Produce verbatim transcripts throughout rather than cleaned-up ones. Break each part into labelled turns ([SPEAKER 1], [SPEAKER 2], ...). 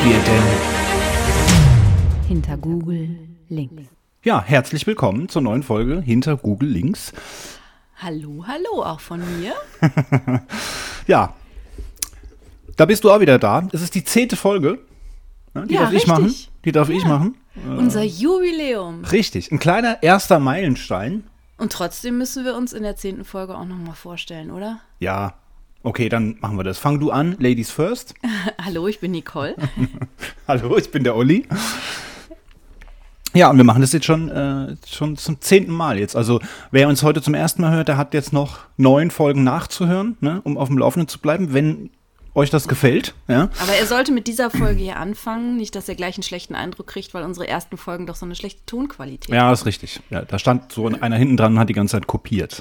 [SPEAKER 1] wir denn?
[SPEAKER 2] Hinter Google Links.
[SPEAKER 1] Ja, herzlich willkommen zur neuen Folge Hinter Google Links.
[SPEAKER 2] Hallo, hallo, auch von mir.
[SPEAKER 1] Ja, da bist du auch wieder da. Es ist die zehnte Folge. Ja, die
[SPEAKER 2] Ja,
[SPEAKER 1] darf ich
[SPEAKER 2] richtig.
[SPEAKER 1] machen. Die darf ich
[SPEAKER 2] Ja.
[SPEAKER 1] machen.
[SPEAKER 2] Unser Jubiläum.
[SPEAKER 1] Richtig, ein kleiner erster Meilenstein.
[SPEAKER 2] Und trotzdem müssen wir uns in der zehnten Folge auch nochmal vorstellen, oder?
[SPEAKER 1] Ja, okay, dann machen wir das. Fang du an, Ladies first.
[SPEAKER 2] Hallo, ich bin Nicole.
[SPEAKER 1] Hallo, ich bin der Olli. Ja, und wir machen das jetzt schon, äh, schon zum zehnten Mal jetzt. Also wer uns heute zum ersten Mal hört, der hat jetzt noch neun Folgen nachzuhören, ne, um auf dem Laufenden zu bleiben, wenn euch das gefällt. Ja.
[SPEAKER 2] Aber er sollte mit dieser Folge hier anfangen, nicht, dass er gleich einen schlechten Eindruck kriegt, weil unsere ersten Folgen doch so eine schlechte Tonqualität
[SPEAKER 1] Ja, ist richtig. Ja, da stand so einer hinten dran und hat die ganze Zeit kopiert.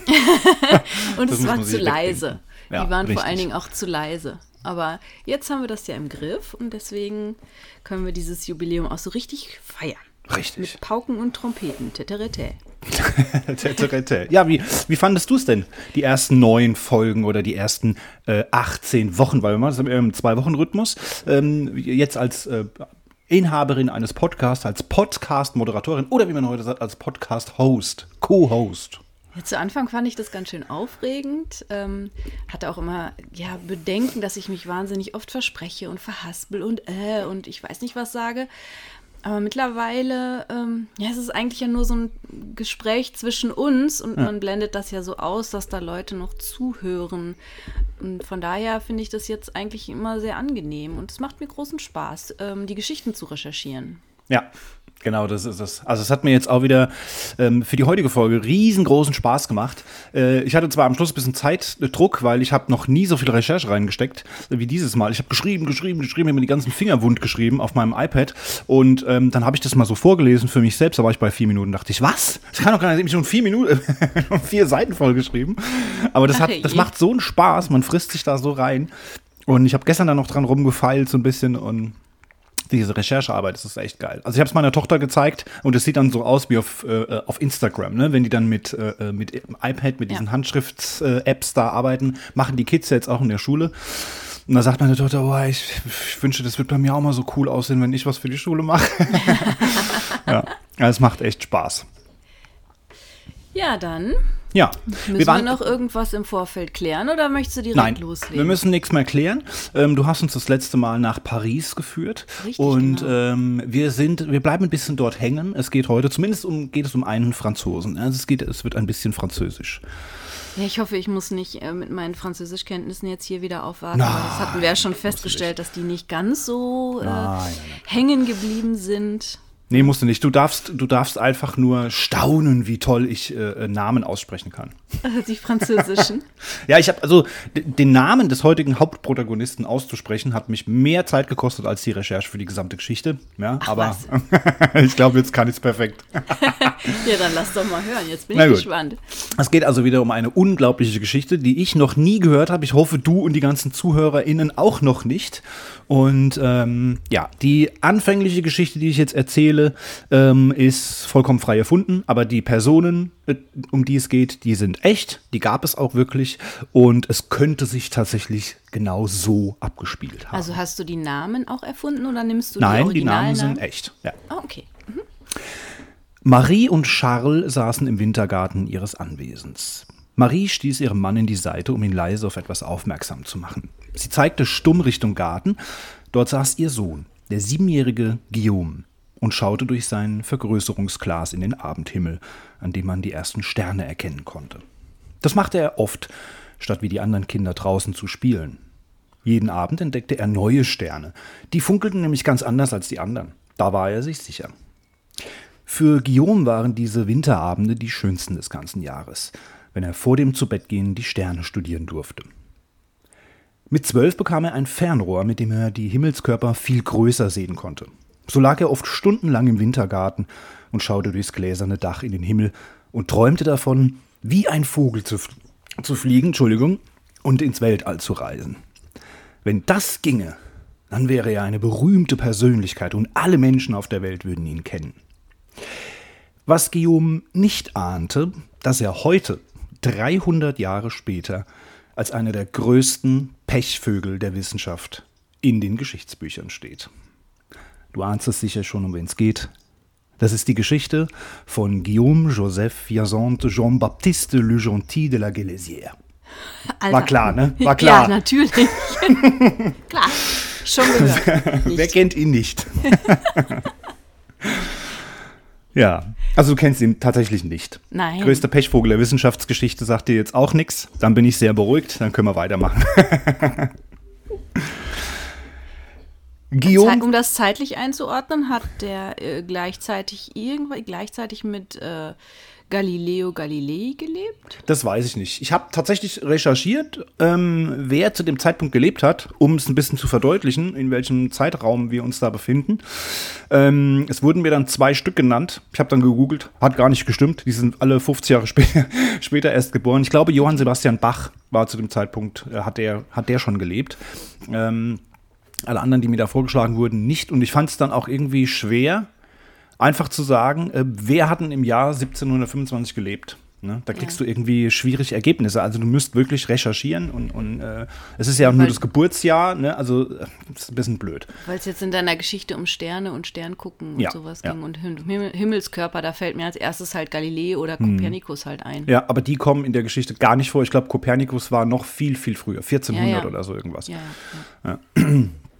[SPEAKER 2] Und
[SPEAKER 1] Das
[SPEAKER 2] es
[SPEAKER 1] muss
[SPEAKER 2] war
[SPEAKER 1] man
[SPEAKER 2] zu
[SPEAKER 1] sich
[SPEAKER 2] leise.
[SPEAKER 1] wegdenken. Ja,
[SPEAKER 2] Die waren
[SPEAKER 1] richtig.
[SPEAKER 2] vor allen Dingen auch zu leise. Aber jetzt haben wir das ja im Griff und deswegen können wir dieses Jubiläum auch so richtig feiern.
[SPEAKER 1] Richtig.
[SPEAKER 2] Mit Pauken und Trompeten. Teterete.
[SPEAKER 1] Teterete. Ja, wie, wie fandest du es denn, die ersten neun Folgen oder die ersten äh, achtzehn Wochen, weil wir machen das im Zwei-Wochen-Rhythmus, ähm, jetzt als äh, Inhaberin eines Podcasts, als Podcast-Moderatorin oder wie man heute sagt, als Podcast-Host, Co-Host.
[SPEAKER 2] Ja, zu Anfang fand ich das ganz schön aufregend. Ähm, hatte auch immer ja, Bedenken, dass ich mich wahnsinnig oft verspreche und verhaspel und äh und ich weiß nicht was sage. Aber mittlerweile, ähm, ja, es ist eigentlich ja nur so ein Gespräch zwischen uns und
[SPEAKER 1] Ja.
[SPEAKER 2] man blendet das ja so aus, dass da Leute noch zuhören. Und von daher finde ich das jetzt eigentlich immer sehr angenehm und es macht mir großen Spaß, ähm, die Geschichten zu recherchieren.
[SPEAKER 1] Ja, genau, das ist es. Also es hat mir jetzt auch wieder ähm, für die heutige Folge riesengroßen Spaß gemacht. Äh, ich hatte zwar am Schluss ein bisschen Zeitdruck, weil ich habe noch nie so viel Recherche reingesteckt äh, wie dieses Mal. Ich habe geschrieben, geschrieben, geschrieben, habe mir die ganzen Finger wund geschrieben auf meinem iPad und ähm, dann habe ich das mal so vorgelesen für mich selbst. Da war ich bei vier Minuten, dachte ich, was? Das kann doch gar nicht, ich habe schon vier Minuten, schon vier Seiten voll geschrieben. Aber das,
[SPEAKER 2] Ach
[SPEAKER 1] hat,
[SPEAKER 2] je.
[SPEAKER 1] das macht so einen Spaß, man frisst sich da so rein. Und ich habe gestern dann noch dran rumgefeilt so ein bisschen und diese Recherchearbeit, das ist echt geil. Also ich habe es meiner Tochter gezeigt und es sieht dann so aus wie auf, äh, auf Instagram, ne? Wenn die dann mit, äh, mit dem iPad, mit diesen
[SPEAKER 2] Ja.
[SPEAKER 1] Handschrifts-Apps da arbeiten, machen die Kids ja jetzt auch in der Schule. Und da sagt meine Tochter, oh, ich, ich wünsche, das wird bei mir auch mal so cool aussehen, wenn ich was für die Schule mache. Ja, also es macht echt Spaß.
[SPEAKER 2] Ja, dann
[SPEAKER 1] Ja,
[SPEAKER 2] müssen wir, noch irgendwas im Vorfeld klären oder möchtest du direkt
[SPEAKER 1] Nein,
[SPEAKER 2] loslegen?
[SPEAKER 1] wir müssen nichts mehr klären. Ähm, du hast uns das letzte Mal nach Paris geführt.
[SPEAKER 2] Richtig,
[SPEAKER 1] und
[SPEAKER 2] genau.
[SPEAKER 1] ähm, wir sind, wir bleiben ein bisschen dort hängen. Es geht heute, zumindest um, geht es um einen Franzosen. Also es geht, es wird ein bisschen französisch.
[SPEAKER 2] Ja, ich hoffe, ich muss nicht äh, mit meinen Französischkenntnissen jetzt hier wieder aufwarten.
[SPEAKER 1] Nein,
[SPEAKER 2] weil das hatten wir ja schon
[SPEAKER 1] musst du
[SPEAKER 2] festgestellt, dass die nicht ganz so äh,
[SPEAKER 1] Nein, nein, nein.
[SPEAKER 2] hängen geblieben sind.
[SPEAKER 1] Nee, musst du nicht. Du darfst, du darfst einfach nur staunen, wie toll ich äh, Namen aussprechen kann.
[SPEAKER 2] Die französischen.
[SPEAKER 1] Ja, ich habe also d- den Namen des heutigen Hauptprotagonisten auszusprechen, hat mich mehr Zeit gekostet als die Recherche für die gesamte Geschichte. Ja,
[SPEAKER 2] Ach,
[SPEAKER 1] aber ich glaube, jetzt kann ich es perfekt.
[SPEAKER 2] Ja, dann lass doch mal hören. Jetzt bin
[SPEAKER 1] Na
[SPEAKER 2] ich
[SPEAKER 1] gut.
[SPEAKER 2] gespannt.
[SPEAKER 1] Es geht also wieder um eine unglaubliche Geschichte, die ich noch nie gehört habe. Ich hoffe, du und die ganzen ZuhörerInnen auch noch nicht. Und ähm, ja, die anfängliche Geschichte, die ich jetzt erzähle, ähm, ist vollkommen frei erfunden. Aber die Personen, äh, um die es geht, die sind echt. Die gab es auch wirklich. Und es könnte sich tatsächlich genau so abgespielt haben.
[SPEAKER 2] Also hast du die Namen auch erfunden oder nimmst du
[SPEAKER 1] Nein,
[SPEAKER 2] die
[SPEAKER 1] die Namen
[SPEAKER 2] Originalnamen?
[SPEAKER 1] sind echt. Ja.
[SPEAKER 2] Ah, okay.
[SPEAKER 1] Marie und Charles saßen im Wintergarten ihres Anwesens. Marie stieß ihrem Mann in die Seite, um ihn leise auf etwas aufmerksam zu machen. Sie zeigte stumm Richtung Garten. Dort saß ihr Sohn, der siebenjährige Guillaume, und schaute durch sein Vergrößerungsglas in den Abendhimmel, an dem man die ersten Sterne erkennen konnte. Das machte er oft, statt wie die anderen Kinder draußen zu spielen. Jeden Abend entdeckte er neue Sterne. Die funkelten nämlich ganz anders als die anderen. Da war er sich sicher. Für Guillaume waren diese Winterabende die schönsten des ganzen Jahres, wenn er vor dem Zubettgehen die Sterne studieren durfte. Mit zwölf bekam er ein Fernrohr, mit dem er die Himmelskörper viel größer sehen konnte. So lag er oft stundenlang im Wintergarten und schaute durchs gläserne Dach in den Himmel und träumte davon, wie ein Vogel zu, f- zu fliegen, Entschuldigung, und ins Weltall zu reisen. Wenn das ginge, dann wäre er eine berühmte Persönlichkeit und alle Menschen auf der Welt würden ihn kennen. Was Guillaume nicht ahnte, dass er heute, dreihundert Jahre später, als einer der größten Pechvögel der Wissenschaft in den Geschichtsbüchern steht. Du ahnst es sicher schon, um wen es geht. Das ist die Geschichte von Guillaume Joseph Hyacinthe Jean-Baptiste Le Gentil de la Galaisière.
[SPEAKER 2] Alter.
[SPEAKER 1] War klar, ne? War klar.
[SPEAKER 2] Ja, natürlich. Klar, schon gehört.
[SPEAKER 1] Wer kennt ihn nicht? Ja, also du kennst ihn tatsächlich nicht.
[SPEAKER 2] Nein.
[SPEAKER 1] Größter Pechvogel der Wissenschaftsgeschichte sagt dir jetzt auch nichts. Dann bin ich sehr beruhigt, dann können wir weitermachen. Guillaume,
[SPEAKER 2] Um das zeitlich einzuordnen, hat der äh, gleichzeitig irgendwann gleichzeitig mit äh, Galileo Galilei gelebt?
[SPEAKER 1] Das weiß ich nicht. Ich habe tatsächlich recherchiert, ähm, wer zu dem Zeitpunkt gelebt hat, um es ein bisschen zu verdeutlichen, in welchem Zeitraum wir uns da befinden. Ähm, es wurden mir dann zwei Stück genannt. Ich habe dann gegoogelt, hat gar nicht gestimmt. Die sind alle fünfzig Jahre später, später erst geboren. Ich glaube, Johann Sebastian Bach war zu dem Zeitpunkt, äh, hat der, hat der schon gelebt. Ähm, alle anderen, die mir da vorgeschlagen wurden, nicht. Und ich fand es dann auch irgendwie schwer, einfach zu sagen, äh, wer hat denn im Jahr siebzehnhundertfünfundzwanzig gelebt? Ne? Da kriegst ja. du irgendwie schwierige Ergebnisse. Also du müsst wirklich recherchieren und, und äh, es ist ja
[SPEAKER 2] Weil,
[SPEAKER 1] nur das Geburtsjahr, ne? Also äh, ist ein bisschen blöd.
[SPEAKER 2] Weil es jetzt in deiner Geschichte um Sterne und Sterngucken und
[SPEAKER 1] ja,
[SPEAKER 2] sowas
[SPEAKER 1] ja.
[SPEAKER 2] ging und Himmel, Himmelskörper, da fällt mir als erstes halt Galilei oder Kopernikus hm. halt ein.
[SPEAKER 1] Ja, aber die kommen in der Geschichte gar nicht vor. Ich glaube, Kopernikus war noch viel, viel früher, vierzehnhundert ja, ja. oder so irgendwas.
[SPEAKER 2] Ja, ja.
[SPEAKER 1] Ja.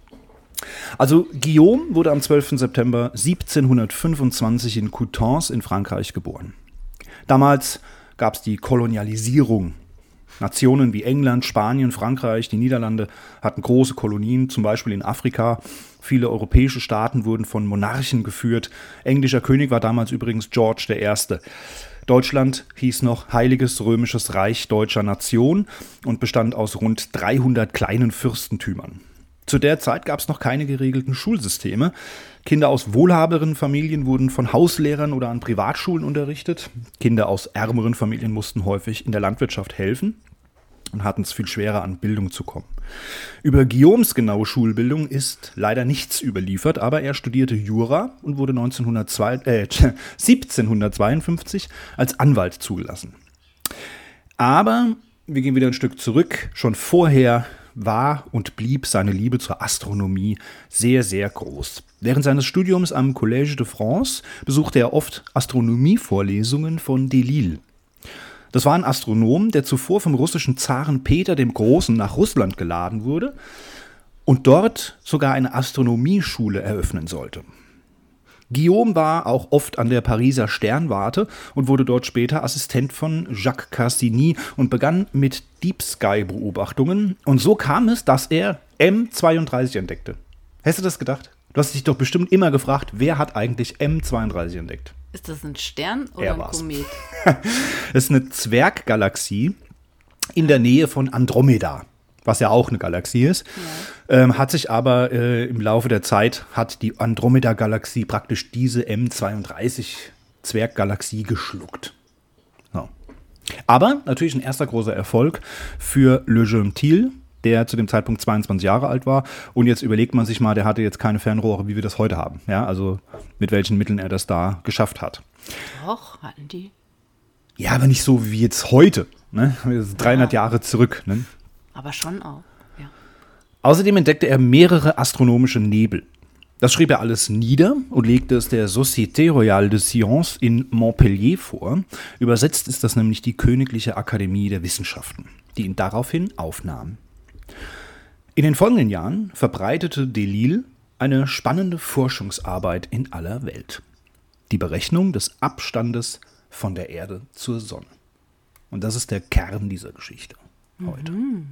[SPEAKER 1] Also Guillaume wurde am zwölften September siebzehnhundertfünfundzwanzig in Coutances in Frankreich geboren. Damals gab es die Kolonialisierung. Nationen wie England, Spanien, Frankreich, die Niederlande hatten große Kolonien, zum Beispiel in Afrika. Viele europäische Staaten wurden von Monarchen geführt. Englischer König war damals übrigens George der Erste. Deutschland hieß noch Heiliges Römisches Reich Deutscher Nation und bestand aus rund dreihundert kleinen Fürstentümern. Zu der Zeit gab es noch keine geregelten Schulsysteme. Kinder aus wohlhaberen Familien wurden von Hauslehrern oder an Privatschulen unterrichtet. Kinder aus ärmeren Familien mussten häufig in derLandwirtschaft helfen und hatten es viel schwerer, an Bildung zu kommen. Über Guillaumes genaue Schulbildung ist leider nichts überliefert, aber er studierte Jura und wurde neunzehnhundertzwei, äh, siebzehnhundertzweiundfünfzig als Anwalt zugelassen. Aber wir gehen wieder ein Stück zurück. Schon vorher war und blieb seine Liebe zur Astronomie sehr, sehr groß. Während seines Studiums am Collège de France besuchte er oft Astronomievorlesungen von Delisle. Das war ein Astronom, der zuvor vom russischen Zaren Peter dem Großen nach Russland geladen wurde und dort sogar eine Astronomieschule eröffnen sollte. Guillaume war auch oft an der Pariser Sternwarte und wurde dort später Assistent von Jacques Cassini und begann mit Deep Sky-Beobachtungen. Und so kam es, dass er M zweiunddreißig entdeckte. Hast du das gedacht? Du hast dich doch bestimmt immer gefragt, wer hat eigentlich M zweiunddreißig entdeckt?
[SPEAKER 2] Ist das ein Stern oder
[SPEAKER 1] er
[SPEAKER 2] ein
[SPEAKER 1] war's.
[SPEAKER 2] Komet?
[SPEAKER 1] Es ist eine Zwerggalaxie in der Nähe von Andromeda, was ja auch eine Galaxie ist, ja. ähm, hat sich aber äh, im Laufe der Zeit, hat die Andromeda-Galaxie praktisch diese M zweiunddreißig-Zwerggalaxie geschluckt. So. Aber natürlich ein erster großer Erfolg für Le Gentil, der zu dem Zeitpunkt zweiundzwanzig Jahre alt war. Und jetzt überlegt man sich mal, der hatte jetzt keine Fernrohre, wie wir das heute haben. Ja, also mit welchen Mitteln er das da geschafft hat.
[SPEAKER 2] Doch, hatten die.
[SPEAKER 1] Ja, aber nicht so wie jetzt heute. Ne? dreihundert ja. Jahre zurück. Ne?
[SPEAKER 2] Aber schon auch, ja.
[SPEAKER 1] Außerdem entdeckte er mehrere astronomische Nebel. Das schrieb er alles nieder und legte es der Société Royale de Sciences in Montpellier vor. Übersetzt ist das nämlich die Königliche Akademie der Wissenschaften, die ihn daraufhin aufnahm. In den folgenden Jahren verbreitete Delisle eine spannende Forschungsarbeit in aller Welt. Die Berechnung des Abstandes von der Erde zur Sonne. Und das ist der Kern dieser Geschichte heute. Mhm.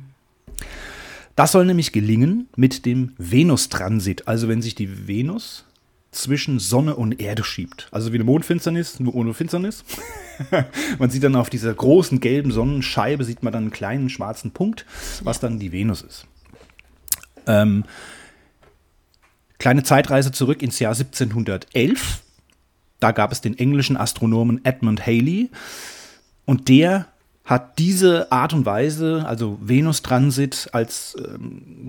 [SPEAKER 1] Das soll nämlich gelingen mit dem Venustransit, also wenn sich die Venus zwischen Sonne und Erde schiebt. Also wie eine Mondfinsternis, nur ohne Finsternis. Man sieht dann auf dieser großen gelben Sonnenscheibe, sieht man dann einen kleinen schwarzen Punkt, was dann die Venus ist. Ähm, kleine Zeitreise zurück ins Jahr siebzehnhundertelf. Da gab es den englischen Astronomen Edmund Halley und der hat diese Art und Weise, also Venustransit als ähm,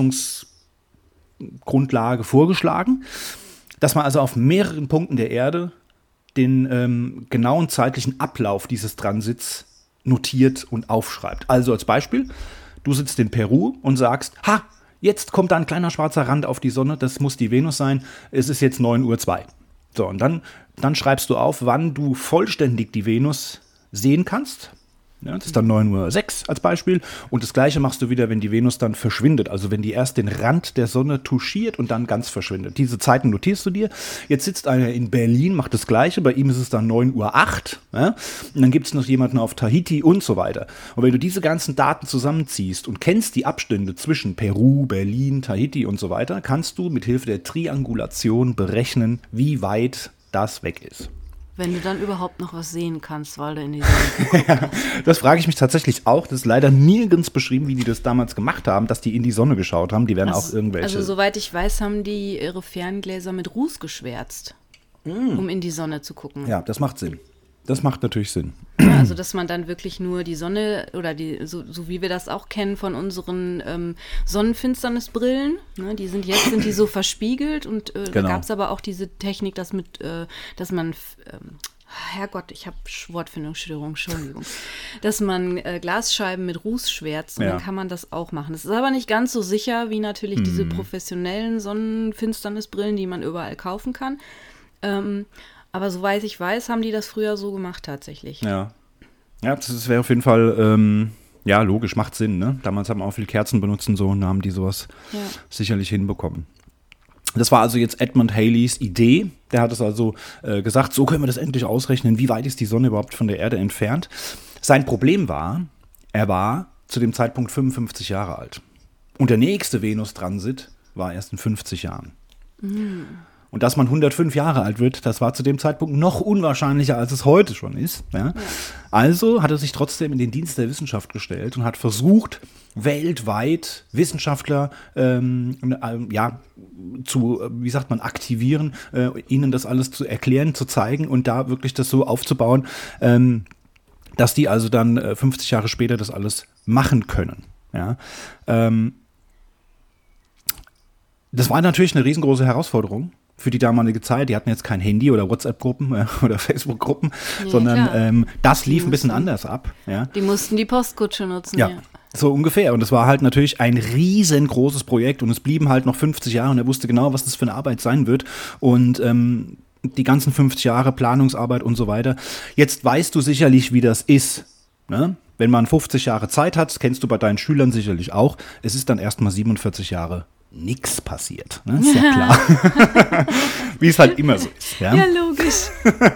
[SPEAKER 1] Vermessungsgrundlage vorgeschlagen, dass man also auf mehreren Punkten der Erde den ähm, genauen zeitlichen Ablauf dieses Transits notiert und aufschreibt. Also als Beispiel, du sitzt in Peru und sagst, ha, jetzt kommt da ein kleiner schwarzer Rand auf die Sonne, das muss die Venus sein, es ist jetzt neun Uhr zwei. So, und dann, dann schreibst du auf, wann du vollständig die Venus sehen kannst. Ja, das ist dann neun Uhr sechs als Beispiel. Und das Gleiche machst du wieder, wenn die Venus dann verschwindet. Also wenn die erst den Rand der Sonne touchiert und dann ganz verschwindet. Diese Zeiten notierst du dir. Jetzt sitzt einer in Berlin, macht das Gleiche. Bei ihm ist es dann neun Uhr acht. Ja? Und dann gibt es noch jemanden auf Tahiti und so weiter. Und wenn du diese ganzen Daten zusammenziehst und kennst die Abstände zwischen Peru, Berlin, Tahiti und so weiter, kannst du mit Hilfe der Triangulation berechnen, wie weit das weg ist.
[SPEAKER 2] Wenn du dann überhaupt noch was sehen kannst, weil du in die Sonne geguckt hast.
[SPEAKER 1] Das frage ich mich tatsächlich auch. Das ist leider nirgends beschrieben, wie die das damals gemacht haben, dass die in die Sonne geschaut haben. Die werden also, auch irgendwelche...
[SPEAKER 2] Also soweit ich weiß, haben die ihre Ferngläser mit Ruß geschwärzt, mm. um in die Sonne zu gucken.
[SPEAKER 1] Ja, das macht Sinn. Das macht natürlich Sinn.
[SPEAKER 2] Ja, also dass man dann wirklich nur die Sonne oder die, so, so wie wir das auch kennen von unseren ähm, Sonnenfinsternisbrillen, ne, die sind jetzt sind die so verspiegelt und äh, genau. Da gab es aber auch diese Technik, dass mit, äh, dass man ähm, Herrgott, ich habe Wortfindungsstörung, Entschuldigung, dass man äh, Glasscheiben mit Ruß schwärzt und ja. Dann kann man das auch machen. Das ist aber nicht ganz so sicher wie natürlich mm. diese professionellen Sonnenfinsternisbrillen, die man überall kaufen kann. Ähm, Aber soweit ich weiß, haben die das früher so gemacht tatsächlich.
[SPEAKER 1] Ja, ja, das wäre auf jeden Fall, ähm, ja, logisch, macht Sinn, ne? Damals haben auch viele Kerzen benutzt und so und da haben die sowas ja. sicherlich hinbekommen. Das war also jetzt Edmund Halleys Idee. Der hat es also äh, gesagt, so können wir das endlich ausrechnen, wie weit ist die Sonne überhaupt von der Erde entfernt. Sein Problem war, er war zu dem Zeitpunkt fünfundfünfzig Jahre alt. Und der nächste Venus-Transit war erst in fünfzig Jahren. Mhm. Und dass man hundertfünf Jahre alt wird, das war zu dem Zeitpunkt noch unwahrscheinlicher, als es heute schon ist. Ja? Ja. Also hat er sich trotzdem in den Dienst der Wissenschaft gestellt und hat versucht, weltweit Wissenschaftler ähm, ja, zu, wie sagt man, aktivieren, äh, ihnen das alles zu erklären, zu zeigen und da wirklich das so aufzubauen, ähm, dass die also dann äh, fünfzig Jahre später das alles machen können. Ja? Ähm, das war natürlich eine riesengroße Herausforderung für die damalige Zeit. Die hatten jetzt kein Handy oder WhatsApp-Gruppen äh, oder Facebook-Gruppen, ja, sondern ähm, das lief ein bisschen anders ab. Ja.
[SPEAKER 2] Die mussten die Postkutsche nutzen.
[SPEAKER 1] Ja,
[SPEAKER 2] ja,
[SPEAKER 1] so ungefähr. Und es war halt natürlich ein riesengroßes Projekt und es blieben halt noch fünfzig Jahre und er wusste genau, was das für eine Arbeit sein wird. Und ähm, die ganzen fünfzig Jahre Planungsarbeit und so weiter. Jetzt weißt du sicherlich, wie das ist, ne? Wenn man fünfzig Jahre Zeit hat, das kennst du bei deinen Schülern sicherlich auch, es ist dann erstmal siebenundvierzig Jahre nichts passiert. Ne? Ist ja klar. Wie es halt immer so ist. Ja,
[SPEAKER 2] ja logisch.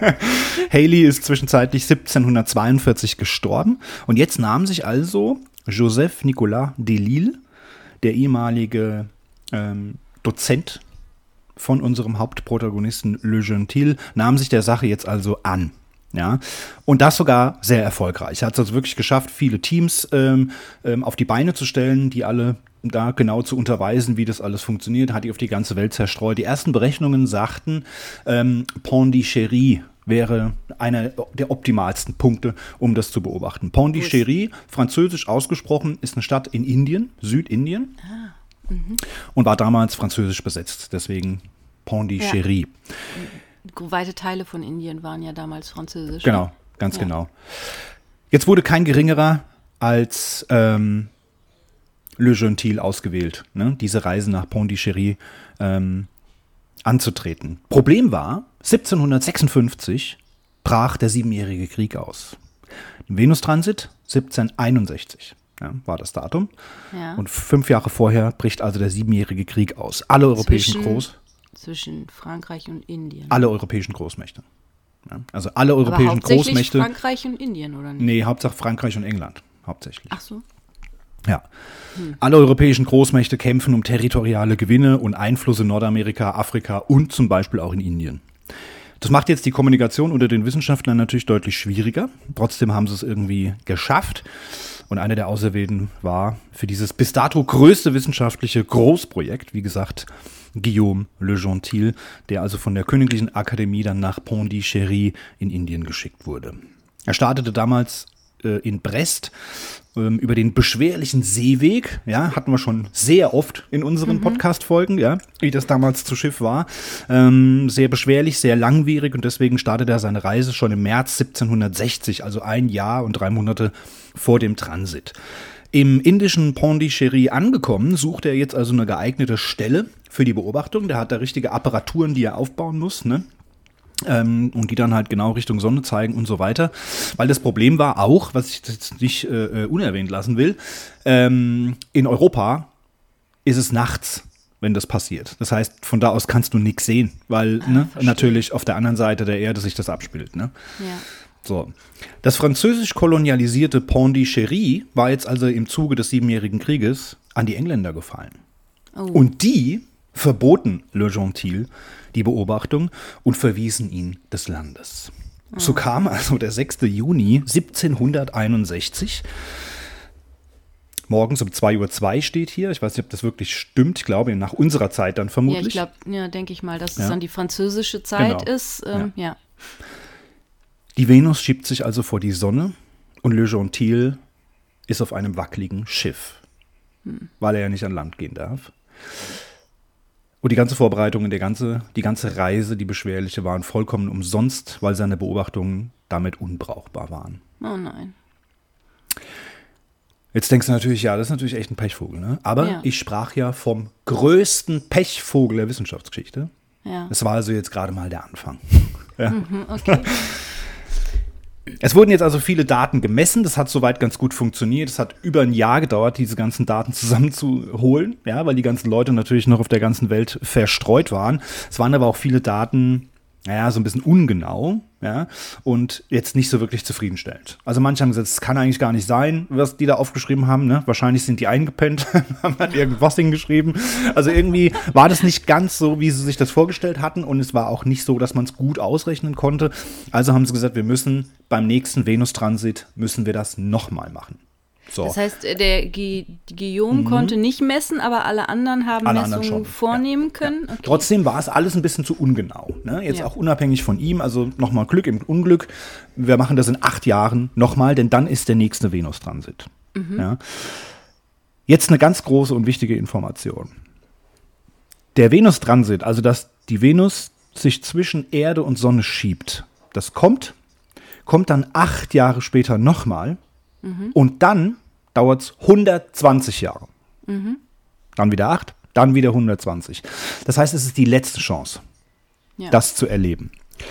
[SPEAKER 1] Halley ist zwischenzeitlich siebzehnhundertzweiundvierzig gestorben und jetzt nahm sich also Joseph Nicolas Delisle, der ehemalige ähm, Dozent von unserem Hauptprotagonisten Le Gentil, nahm sich der Sache jetzt also an. Ja, und das sogar sehr erfolgreich. Er hat es also wirklich geschafft, viele Teams ähm, ähm, auf die Beine zu stellen, die alle da genau zu unterweisen, wie das alles funktioniert, hat die auf die ganze Welt zerstreut. Die ersten Berechnungen sagten, ähm, Pondichéry wäre einer der optimalsten Punkte, um das zu beobachten. Pondichéry, französisch ausgesprochen, ist eine Stadt in Indien, Südindien, ah, mhm. und war damals französisch besetzt, deswegen Pondichéry. Ja.
[SPEAKER 2] Weite Teile von Indien waren ja damals französisch.
[SPEAKER 1] Genau, ganz ja. genau. Jetzt wurde kein geringerer als ähm, Le Gentil ausgewählt, ne? diese Reise nach Pondichéry ähm, anzutreten. Problem war, siebzehnhundertsechsundfünfzig brach der Siebenjährige Krieg aus. Im Venustransit siebzehnhunderteinundsechzig ja, war das Datum. Ja. Und fünf Jahre vorher bricht also der Siebenjährige Krieg aus. Alle europäischen Groß...
[SPEAKER 2] Zwischen Frankreich und Indien.
[SPEAKER 1] Alle europäischen Großmächte. Ja, also alle europäischen
[SPEAKER 2] Aber hauptsächlich
[SPEAKER 1] Großmächte.
[SPEAKER 2] Frankreich und Indien, oder nicht?
[SPEAKER 1] Nee, Hauptsache Frankreich und England. Hauptsächlich.
[SPEAKER 2] Ach so.
[SPEAKER 1] Ja. Hm. Alle europäischen Großmächte kämpfen um territoriale Gewinne und Einfluss in Nordamerika, Afrika und zum Beispiel auch in Indien. Das macht jetzt die Kommunikation unter den Wissenschaftlern natürlich deutlich schwieriger. Trotzdem haben sie es irgendwie geschafft. Und einer der Auserwählten war für dieses bis dato größte wissenschaftliche Großprojekt, wie gesagt, Guillaume Le Gentil, der also von der Königlichen Akademie dann nach Pondichéry in Indien geschickt wurde. Er startete damals äh, in Brest ähm, über den beschwerlichen Seeweg, ja, hatten wir schon sehr oft in unseren mhm. Podcast-Folgen, ja, wie das damals zu Schiff war. Ähm, sehr beschwerlich, sehr langwierig und deswegen startete er seine Reise schon im März siebzehnhundertsechzig, also ein Jahr und drei Monate vor dem Transit. Im indischen Pondichéry angekommen, sucht er jetzt also eine geeignete Stelle für die Beobachtung. Der hat da richtige Apparaturen, die er aufbauen muss, ne? Ähm, und die dann halt genau Richtung Sonne zeigen und so weiter. Weil das Problem war auch, was ich jetzt nicht äh, unerwähnt lassen will, ähm, in Europa ist es nachts, wenn das passiert. Das heißt, von da aus kannst du nichts sehen, weil ah, ne, natürlich auf der anderen Seite der Erde sich das abspielt. Ne?
[SPEAKER 2] Ja.
[SPEAKER 1] So. Das französisch kolonialisierte Pondichéry war jetzt also im Zuge des Siebenjährigen Krieges an die Engländer gefallen. Oh. Und die verboten Le Gentil die Beobachtung und verwiesen ihn des Landes. Oh. So kam also der sechster Juni siebzehnhunderteinundsechzig. Morgens um zwei Uhr zwei steht hier. Ich weiß nicht, ob das wirklich stimmt. Ich glaube, nach unserer Zeit dann vermutlich.
[SPEAKER 2] Ja, ich glaube, ja, denke ich mal, dass ja. es dann die französische Zeit
[SPEAKER 1] genau.
[SPEAKER 2] ist. Ähm, ja. ja.
[SPEAKER 1] Die Venus schiebt sich also vor die Sonne und Le Gentil ist auf einem wackeligen Schiff, hm. weil er ja nicht an Land gehen darf. Und die ganze Vorbereitung, der ganze, die ganze Reise, die beschwerliche, waren vollkommen umsonst, weil seine Beobachtungen damit unbrauchbar waren.
[SPEAKER 2] Oh nein.
[SPEAKER 1] Jetzt denkst du natürlich, ja, das ist natürlich echt ein Pechvogel, ne? Aber
[SPEAKER 2] ja.
[SPEAKER 1] ich sprach ja vom größten Pechvogel der Wissenschaftsgeschichte.
[SPEAKER 2] Ja.
[SPEAKER 1] Das war also jetzt gerade mal der Anfang. ja.
[SPEAKER 2] Mhm, okay.
[SPEAKER 1] Es wurden jetzt also viele Daten gemessen, das hat soweit ganz gut funktioniert. Es hat über ein Jahr gedauert, diese ganzen Daten zusammenzuholen, ja, weil die ganzen Leute natürlich noch auf der ganzen Welt verstreut waren. Es waren aber auch viele Daten, naja, so ein bisschen ungenau, ja, und jetzt nicht so wirklich zufriedenstellend. Also manche haben gesagt, es kann eigentlich gar nicht sein, was die da aufgeschrieben haben, ne? Wahrscheinlich sind die eingepennt, haben halt irgendwas hingeschrieben. Also irgendwie war das nicht ganz so, wie sie sich das vorgestellt hatten und es war auch nicht so, dass man es gut ausrechnen konnte. Also haben sie gesagt, wir müssen beim nächsten Venustransit, müssen wir das nochmal machen. So.
[SPEAKER 2] Das heißt, der Gu- Guillaume mhm. konnte nicht messen, aber alle anderen haben alle Messungen anderen vornehmen ja. können.
[SPEAKER 1] Ja. Okay. Trotzdem war es alles ein bisschen zu ungenau. Ne? Jetzt ja. auch unabhängig von ihm, also nochmal Glück im Unglück. Wir machen das in acht Jahren nochmal, denn dann ist der nächste Venustransit. Mhm. Ja? Jetzt eine ganz große und wichtige Information. Der Venustransit, also dass die Venus sich zwischen Erde und Sonne schiebt, das kommt, kommt dann acht Jahre später nochmal. Mhm. Und dann dauert es hundertzwanzig Jahre. Mhm. Dann wieder acht, dann wieder hundertzwanzig. Das heißt, es ist die letzte Chance, ja. das zu erleben.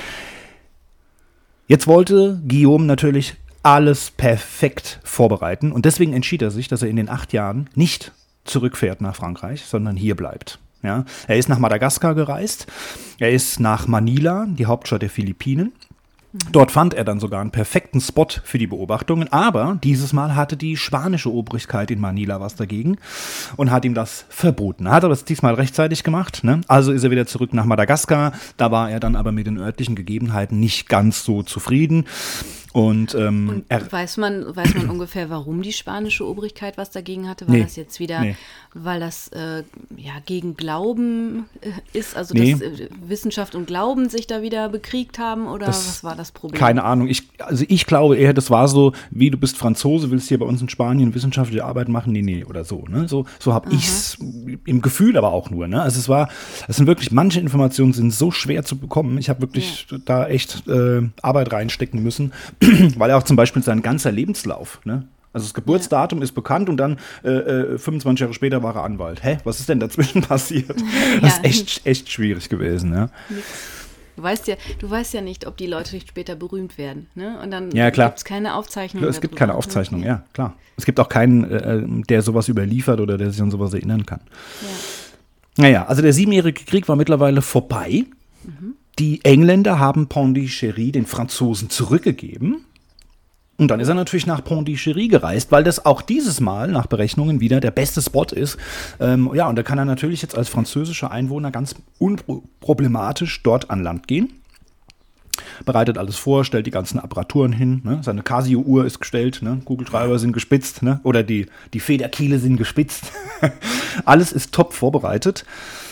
[SPEAKER 1] Jetzt wollte Guillaume natürlich alles perfekt vorbereiten. Und deswegen entschied er sich, dass er in den acht Jahren nicht zurückfährt nach Frankreich, sondern hier bleibt. Ja? Er ist nach Madagaskar gereist. Er ist nach Manila, die Hauptstadt der Philippinen. Dort fand er dann sogar einen perfekten Spot für die Beobachtungen, aber dieses Mal hatte die spanische Obrigkeit in Manila was dagegen und hat ihm das verboten. Er hat aber das diesmal rechtzeitig gemacht, ne? Also ist er wieder zurück nach Madagaskar, da war er dann aber mit den örtlichen Gegebenheiten nicht ganz so zufrieden. Und, ähm,
[SPEAKER 2] und
[SPEAKER 1] er,
[SPEAKER 2] weiß man, weiß man ungefähr, warum die spanische Obrigkeit was dagegen hatte? War
[SPEAKER 1] nee,
[SPEAKER 2] das jetzt wieder,
[SPEAKER 1] nee.
[SPEAKER 2] weil das äh, ja, gegen Glauben äh, ist, also
[SPEAKER 1] nee.
[SPEAKER 2] dass äh, Wissenschaft und Glauben sich da wieder bekriegt haben oder das, was war das Problem?
[SPEAKER 1] Keine Ahnung. Ich, also ich glaube eher, das war so, wie du bist Franzose, willst hier bei uns in Spanien wissenschaftliche Arbeit machen? Nee, nee, oder so. Ne? So, so habe ich es im Gefühl aber auch nur. Ne? Also es war, es sind wirklich, manche Informationen sind so schwer zu bekommen. Ich habe wirklich ja. da echt äh, Arbeit reinstecken müssen. Weil er auch zum Beispiel sein ganzer Lebenslauf, ne? Also das Geburtsdatum ja. ist bekannt und dann äh, fünfundzwanzig Jahre später war er Anwalt. Hä, was ist denn dazwischen passiert? Ja. Das ist echt, echt schwierig gewesen, ja.
[SPEAKER 2] Du weißt ja, du weißt ja nicht, ob die Leute später berühmt werden, ne? Und dann
[SPEAKER 1] ja,
[SPEAKER 2] gibt es keine Aufzeichnung.
[SPEAKER 1] Es gibt keine Aufzeichnung, ja. ja, klar. Es gibt auch keinen, äh, der sowas überliefert oder der sich an sowas erinnern kann. Ja. Naja, also der Siebenjährige Krieg war mittlerweile vorbei. Mhm. Die Engländer haben Pondichéry den Franzosen zurückgegeben. Und dann ist er natürlich nach Pondichéry gereist, weil das auch dieses Mal nach Berechnungen wieder der beste Spot ist. Ähm, ja, und da kann er natürlich jetzt als französischer Einwohner ganz unproblematisch dort an Land gehen. Bereitet alles vor, stellt die ganzen Apparaturen hin. Ne? Seine Casio-Uhr ist gestellt, ne? Kugelschreiber sind gespitzt, ne? Oder die, die Federkiele sind gespitzt. Alles ist top vorbereitet.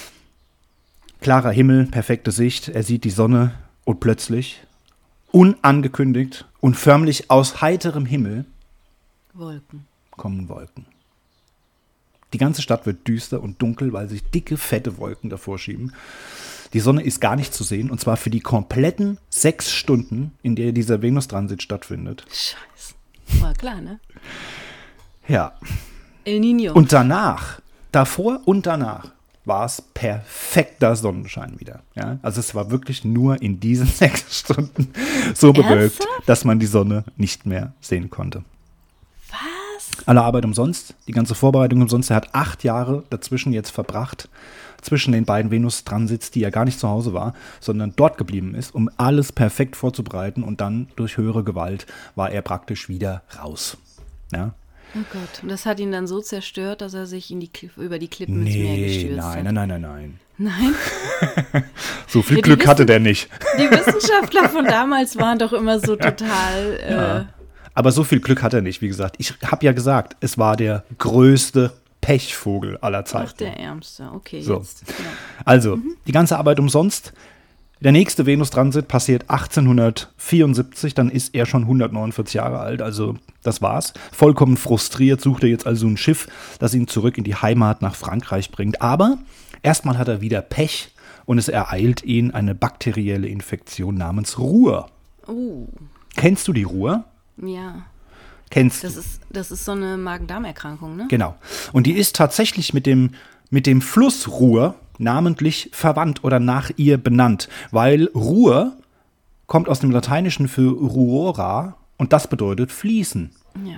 [SPEAKER 1] Klarer Himmel, perfekte Sicht, er sieht die Sonne und plötzlich, unangekündigt und förmlich aus heiterem Himmel,
[SPEAKER 2] Wolken.
[SPEAKER 1] kommen Wolken. Die ganze Stadt wird düster und dunkel, weil sich dicke, fette Wolken davor schieben. Die Sonne ist gar nicht zu sehen und zwar für die kompletten sechs Stunden, in der dieser Venustransit stattfindet.
[SPEAKER 2] Scheiße, war klar, ne?
[SPEAKER 1] Ja.
[SPEAKER 2] El Niño.
[SPEAKER 1] Und danach, davor und danach, war es perfekter Sonnenschein wieder. Ja? Also es war wirklich nur in diesen sechs Stunden so bewölkt,
[SPEAKER 2] Ernsthaft?
[SPEAKER 1] dass man die Sonne nicht mehr sehen konnte.
[SPEAKER 2] Was?
[SPEAKER 1] Alle Arbeit umsonst, die ganze Vorbereitung umsonst. Er hat acht Jahre dazwischen jetzt verbracht, zwischen den beiden Venus-Transits, die er gar nicht zu Hause war, sondern dort geblieben ist, um alles perfekt vorzubereiten. Und dann durch höhere Gewalt war er praktisch wieder raus. Ja?
[SPEAKER 2] Oh Gott, und das hat ihn dann so zerstört, dass er sich in die Kliff, über die Klippen ins Meer
[SPEAKER 1] Nee,
[SPEAKER 2] gestürzt
[SPEAKER 1] nein,
[SPEAKER 2] hat.
[SPEAKER 1] nein, nein, nein, nein.
[SPEAKER 2] Nein?
[SPEAKER 1] So viel
[SPEAKER 2] Ja, die
[SPEAKER 1] Glück hatte
[SPEAKER 2] wissen-
[SPEAKER 1] der nicht.
[SPEAKER 2] Die Wissenschaftler von damals waren doch immer so total. Äh,
[SPEAKER 1] Ja. Aber so viel Glück hat er nicht, wie gesagt. Ich habe ja gesagt, es war der größte Pechvogel aller Zeiten.
[SPEAKER 2] Ach, der Ärmste. Okay,
[SPEAKER 1] So.
[SPEAKER 2] jetzt. Ja.
[SPEAKER 1] Also, die ganze Arbeit umsonst. Der nächste Venus-Transit passiert achtzehnhundertvierundsiebzig, dann ist er schon hundertneunundvierzig Jahre alt, also das war's. Vollkommen frustriert sucht er jetzt also ein Schiff, das ihn zurück in die Heimat nach Frankreich bringt. Aber erstmal hat er wieder Pech und es ereilt ihn eine bakterielle Infektion namens Ruhr.
[SPEAKER 2] Oh,
[SPEAKER 1] Kennst du die Ruhr?
[SPEAKER 2] ja.
[SPEAKER 1] Kennst
[SPEAKER 2] Das
[SPEAKER 1] du?
[SPEAKER 2] ist, das ist so eine Magen-Darm-Erkrankung, ne?
[SPEAKER 1] Genau. Und die ist tatsächlich mit dem, mit dem Fluss Ruhr namentlich verwandt oder nach ihr benannt, weil Ruhr kommt aus dem Lateinischen für ruora und das bedeutet fließen.
[SPEAKER 2] Ja.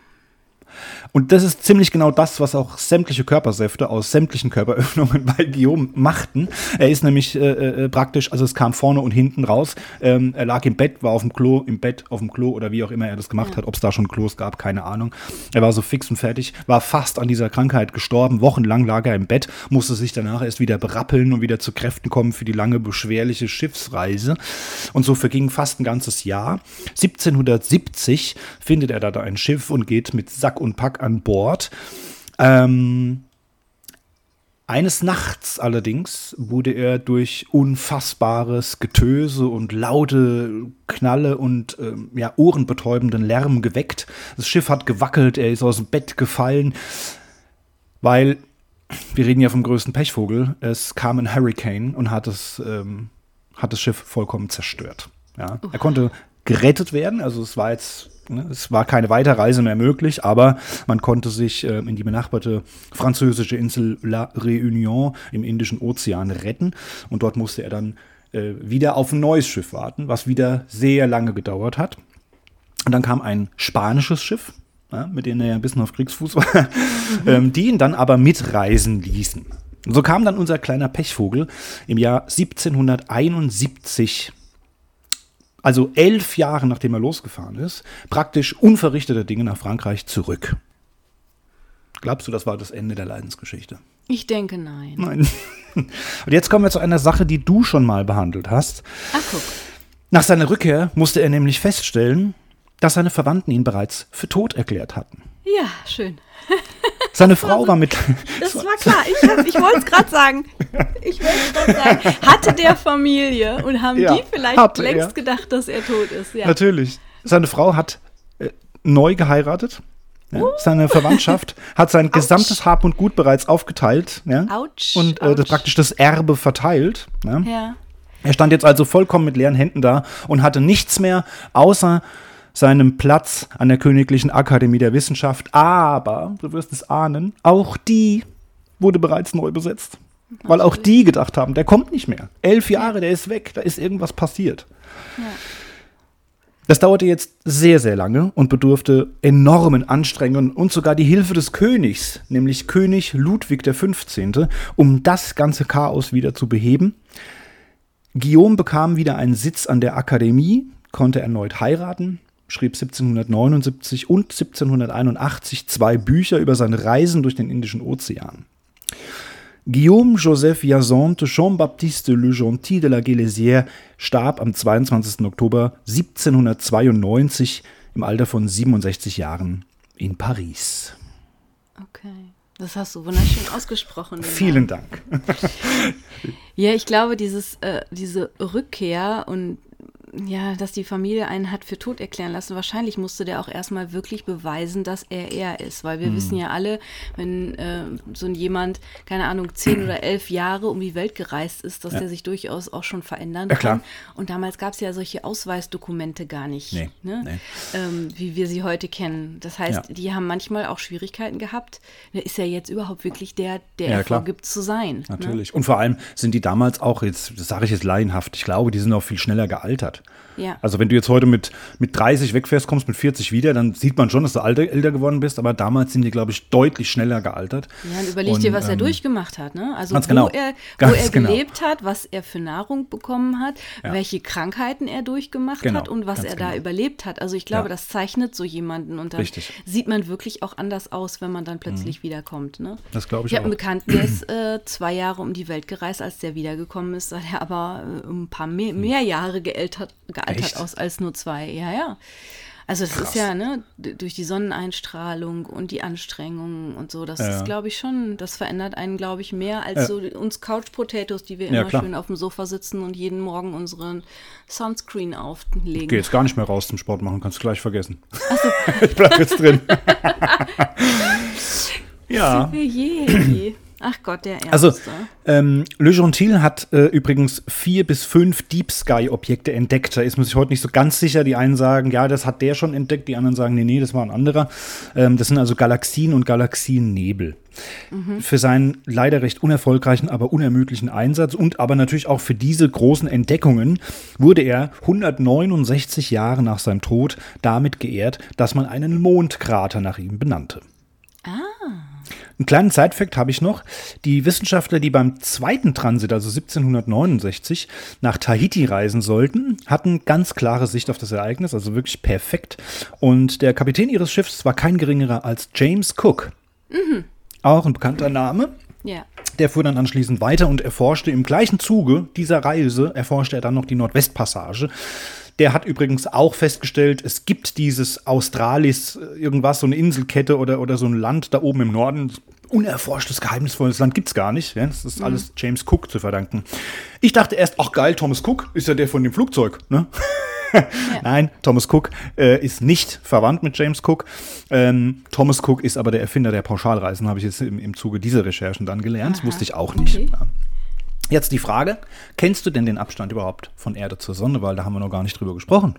[SPEAKER 1] Und das ist ziemlich genau das, was auch sämtliche Körpersäfte aus sämtlichen Körperöffnungen bei Guillaume machten. Er ist nämlich äh, äh, praktisch, also es kam vorne und hinten raus. Ähm, er lag im Bett, war auf dem Klo, im Bett, auf dem Klo oder wie auch immer er das gemacht
[SPEAKER 2] Ja.
[SPEAKER 1] hat. Ob es da schon Klos gab, keine Ahnung. Er war so fix und fertig, war fast an dieser Krankheit gestorben. Wochenlang lag er im Bett, musste sich danach erst wieder berappeln und wieder zu Kräften kommen für die lange, beschwerliche Schiffsreise. Und so verging fast ein ganzes Jahr. siebzehnhundertsiebzig findet er da ein Schiff und geht mit Sack und Pack an Bord. Ähm, eines Nachts allerdings wurde er durch unfassbares Getöse und laute Knalle und ähm, ja, ohrenbetäubenden Lärm geweckt. Das Schiff hat gewackelt, er ist aus dem Bett gefallen, weil, wir reden ja vom größten Pechvogel, es kam ein Hurricane und hat, es, ähm, hat das Schiff vollkommen zerstört. Ja. Er konnte gerettet werden, also es war jetzt Ne, es war keine Weiterreise mehr möglich, aber man konnte sich äh, in die benachbarte französische Insel La Réunion im Indischen Ozean retten. Und dort musste er dann äh, wieder auf ein neues Schiff warten, was wieder sehr lange gedauert hat. Und dann kam ein spanisches Schiff, ja, mit dem er ja ein bisschen auf Kriegsfuß war, mhm. ähm, die ihn dann aber mitreisen ließen. Und so kam dann unser kleiner Pechvogel im Jahr siebzehnhunderteinundsiebzig, also elf Jahre nachdem er losgefahren ist, praktisch unverrichteter Dinge nach Frankreich zurück. Glaubst du, das war das Ende der Leidensgeschichte?
[SPEAKER 2] Ich denke, nein.
[SPEAKER 1] Nein. Und jetzt kommen wir zu einer Sache, die du schon mal behandelt hast.
[SPEAKER 2] Ach, guck.
[SPEAKER 1] Nach seiner Rückkehr musste er nämlich feststellen, dass seine Verwandten ihn bereits für tot erklärt hatten.
[SPEAKER 2] Ja, schön.
[SPEAKER 1] Seine Frau war mit...
[SPEAKER 2] Das war klar. Ich, hab- ich wollte es gerade sagen. Ich wollte es gerade sagen. Hatte der Familie und haben
[SPEAKER 1] Ja,
[SPEAKER 2] die vielleicht
[SPEAKER 1] hatte
[SPEAKER 2] längst
[SPEAKER 1] er.
[SPEAKER 2] gedacht, dass er tot ist. Ja.
[SPEAKER 1] Natürlich. Seine Frau hat äh, neu geheiratet. Ja. Seine Verwandtschaft hat sein gesamtes Hab und Gut bereits aufgeteilt. Ja.
[SPEAKER 2] Autsch.
[SPEAKER 1] Und äh, das
[SPEAKER 2] Autsch.
[SPEAKER 1] praktisch das Erbe verteilt. Ja.
[SPEAKER 2] Ja.
[SPEAKER 1] Er stand jetzt also vollkommen mit leeren Händen da und hatte nichts mehr außer seinem Platz an der Königlichen Akademie der Wissenschaft. Aber, du wirst es ahnen, auch die wurde bereits neu besetzt. Weil auch die gedacht haben, der kommt nicht mehr. Elf Jahre, der ist weg, da ist irgendwas passiert.
[SPEAKER 2] Ja.
[SPEAKER 1] Das dauerte jetzt sehr, sehr lange und bedurfte enormen Anstrengungen und sogar die Hilfe des Königs, nämlich König Ludwig der Fünfzehnte, um das ganze Chaos wieder zu beheben. Guillaume bekam wieder einen Sitz an der Akademie, konnte erneut heiraten, schrieb siebzehnhundertneunundsiebzig und siebzehnhunderteinundachtzig zwei Bücher über seine Reisen durch den Indischen Ozean. Guillaume Joseph Hyacinthe Jean-Baptiste Le Gentil de la Gélisière starb am zweiundzwanzigsten Oktober siebzehnhundertzweiundneunzig im Alter von siebenundsechzig Jahren in Paris.
[SPEAKER 2] Okay. Das hast du wunderschön ausgesprochen. den
[SPEAKER 1] Vielen
[SPEAKER 2] Namen.
[SPEAKER 1] Dank.
[SPEAKER 2] Ja, ich glaube, dieses, äh, diese Rückkehr und ja, dass die Familie einen hat für tot erklären lassen. Wahrscheinlich musste der auch erstmal wirklich beweisen, dass er er ist. Weil wir hm. wissen ja alle, wenn äh, so ein jemand, keine Ahnung, zehn oder elf Jahre um die Welt gereist ist, dass ja. der sich durchaus auch schon verändern
[SPEAKER 1] ja,
[SPEAKER 2] kann.
[SPEAKER 1] Klar.
[SPEAKER 2] Und damals gab es ja solche Ausweisdokumente gar nicht,
[SPEAKER 1] nee,
[SPEAKER 2] ne?
[SPEAKER 1] nee.
[SPEAKER 2] Ähm, wie wir sie heute kennen. Das heißt,
[SPEAKER 1] ja.
[SPEAKER 2] die haben manchmal auch Schwierigkeiten gehabt. Ist er jetzt überhaupt wirklich der, der
[SPEAKER 1] ja,
[SPEAKER 2] er
[SPEAKER 1] klar.
[SPEAKER 2] vorgibt zu sein?
[SPEAKER 1] Natürlich.
[SPEAKER 2] Ne?
[SPEAKER 1] Und vor allem sind die damals auch, jetzt das sage ich jetzt laienhaft, ich glaube, die sind auch viel schneller gealtert.
[SPEAKER 2] Ja.
[SPEAKER 1] Also wenn du jetzt heute mit, mit dreißig wegfährst, kommst mit vierzig wieder, dann sieht man schon, dass du alter, älter geworden bist, aber damals sind die, glaube ich, deutlich schneller gealtert.
[SPEAKER 2] Ja, und überleg dir, was ähm, er durchgemacht hat, ne? Also
[SPEAKER 1] ganz
[SPEAKER 2] wo
[SPEAKER 1] genau.
[SPEAKER 2] er, wo
[SPEAKER 1] ganz
[SPEAKER 2] er
[SPEAKER 1] genau.
[SPEAKER 2] gelebt hat, was er für Nahrung bekommen hat,
[SPEAKER 1] ja.
[SPEAKER 2] welche Krankheiten er durchgemacht
[SPEAKER 1] genau.
[SPEAKER 2] hat und was
[SPEAKER 1] ganz
[SPEAKER 2] er
[SPEAKER 1] genau.
[SPEAKER 2] da überlebt hat. Also ich glaube,
[SPEAKER 1] ja.
[SPEAKER 2] das zeichnet so jemanden und dann
[SPEAKER 1] Richtig.
[SPEAKER 2] sieht man wirklich auch anders aus, wenn man dann plötzlich mhm. wiederkommt, ne?
[SPEAKER 1] Das glaube ich
[SPEAKER 2] Ich
[SPEAKER 1] auch.
[SPEAKER 2] habe einen Bekannten, der ist äh, zwei Jahre um die Welt gereist, als der wiedergekommen ist, sah der aber äh, ein paar mehr, mehr Jahre gealtert, gealtert
[SPEAKER 1] Echt?
[SPEAKER 2] aus als nur zwei. Ja, ja. Also das
[SPEAKER 1] Krass.
[SPEAKER 2] ist ja, ne, durch die Sonneneinstrahlung und die Anstrengungen und so, das
[SPEAKER 1] ja.
[SPEAKER 2] ist, glaube ich, schon, das verändert einen, glaube ich, mehr als
[SPEAKER 1] ja.
[SPEAKER 2] so uns Couch-Potatoes, die wir
[SPEAKER 1] Ja,
[SPEAKER 2] immer
[SPEAKER 1] klar.
[SPEAKER 2] schön auf dem Sofa sitzen und jeden Morgen unseren Sunscreen auflegen.
[SPEAKER 1] Ich gehe jetzt gar nicht mehr raus zum Sport machen, kannst du gleich vergessen. So. Ich bleib jetzt drin. ja.
[SPEAKER 2] Je, je. Ach Gott, der Ernste.
[SPEAKER 1] Also, ähm, Le Gentil hat äh, übrigens vier bis fünf Deep Sky-Objekte entdeckt. Da ist man sich heute nicht so ganz sicher. Die einen sagen, ja, das hat der schon entdeckt. Die anderen sagen, nee, nee, das war ein anderer. Ähm, das sind also Galaxien und Galaxiennebel. Mhm. Für seinen leider recht unerfolgreichen, aber unermüdlichen Einsatz und aber natürlich auch für diese großen Entdeckungen wurde er hundertneunundsechzig Jahre nach seinem Tod damit geehrt, dass man einen Mondkrater nach ihm benannte.
[SPEAKER 2] Ah.
[SPEAKER 1] Einen kleinen Side-Fact habe ich noch. Die Wissenschaftler, die beim zweiten Transit, also siebzehnhundertneunundsechzig, nach Tahiti reisen sollten, hatten ganz klare Sicht auf das Ereignis, also wirklich perfekt. Und der Kapitän ihres Schiffs war kein geringerer als James Cook. Mhm. Auch ein bekannter Name.
[SPEAKER 2] Ja.
[SPEAKER 1] Der fuhr dann anschließend weiter und erforschte im gleichen Zuge dieser Reise, erforschte er dann noch die Nordwestpassage. Der hat übrigens auch festgestellt, es gibt dieses Australis, irgendwas, so eine Inselkette oder, oder so ein Land da oben im Norden. Unerforschtes, geheimnisvolles Land gibt es gar nicht. Ja? Das ist mhm. alles James Cook zu verdanken. Ich dachte erst, ach geil, Thomas Cook ist ja der von dem Flugzeug. Ne? Ja. Nein, Thomas Cook äh, ist nicht verwandt mit James Cook. Ähm, Thomas Cook ist aber der Erfinder der Pauschalreisen, habe ich jetzt im, im Zuge dieser Recherchen dann gelernt. Das wusste ich auch nicht.
[SPEAKER 2] Okay.
[SPEAKER 1] Ja. Jetzt die Frage, kennst du denn den Abstand überhaupt von Erde zur Sonne? Weil da haben wir noch gar nicht drüber gesprochen.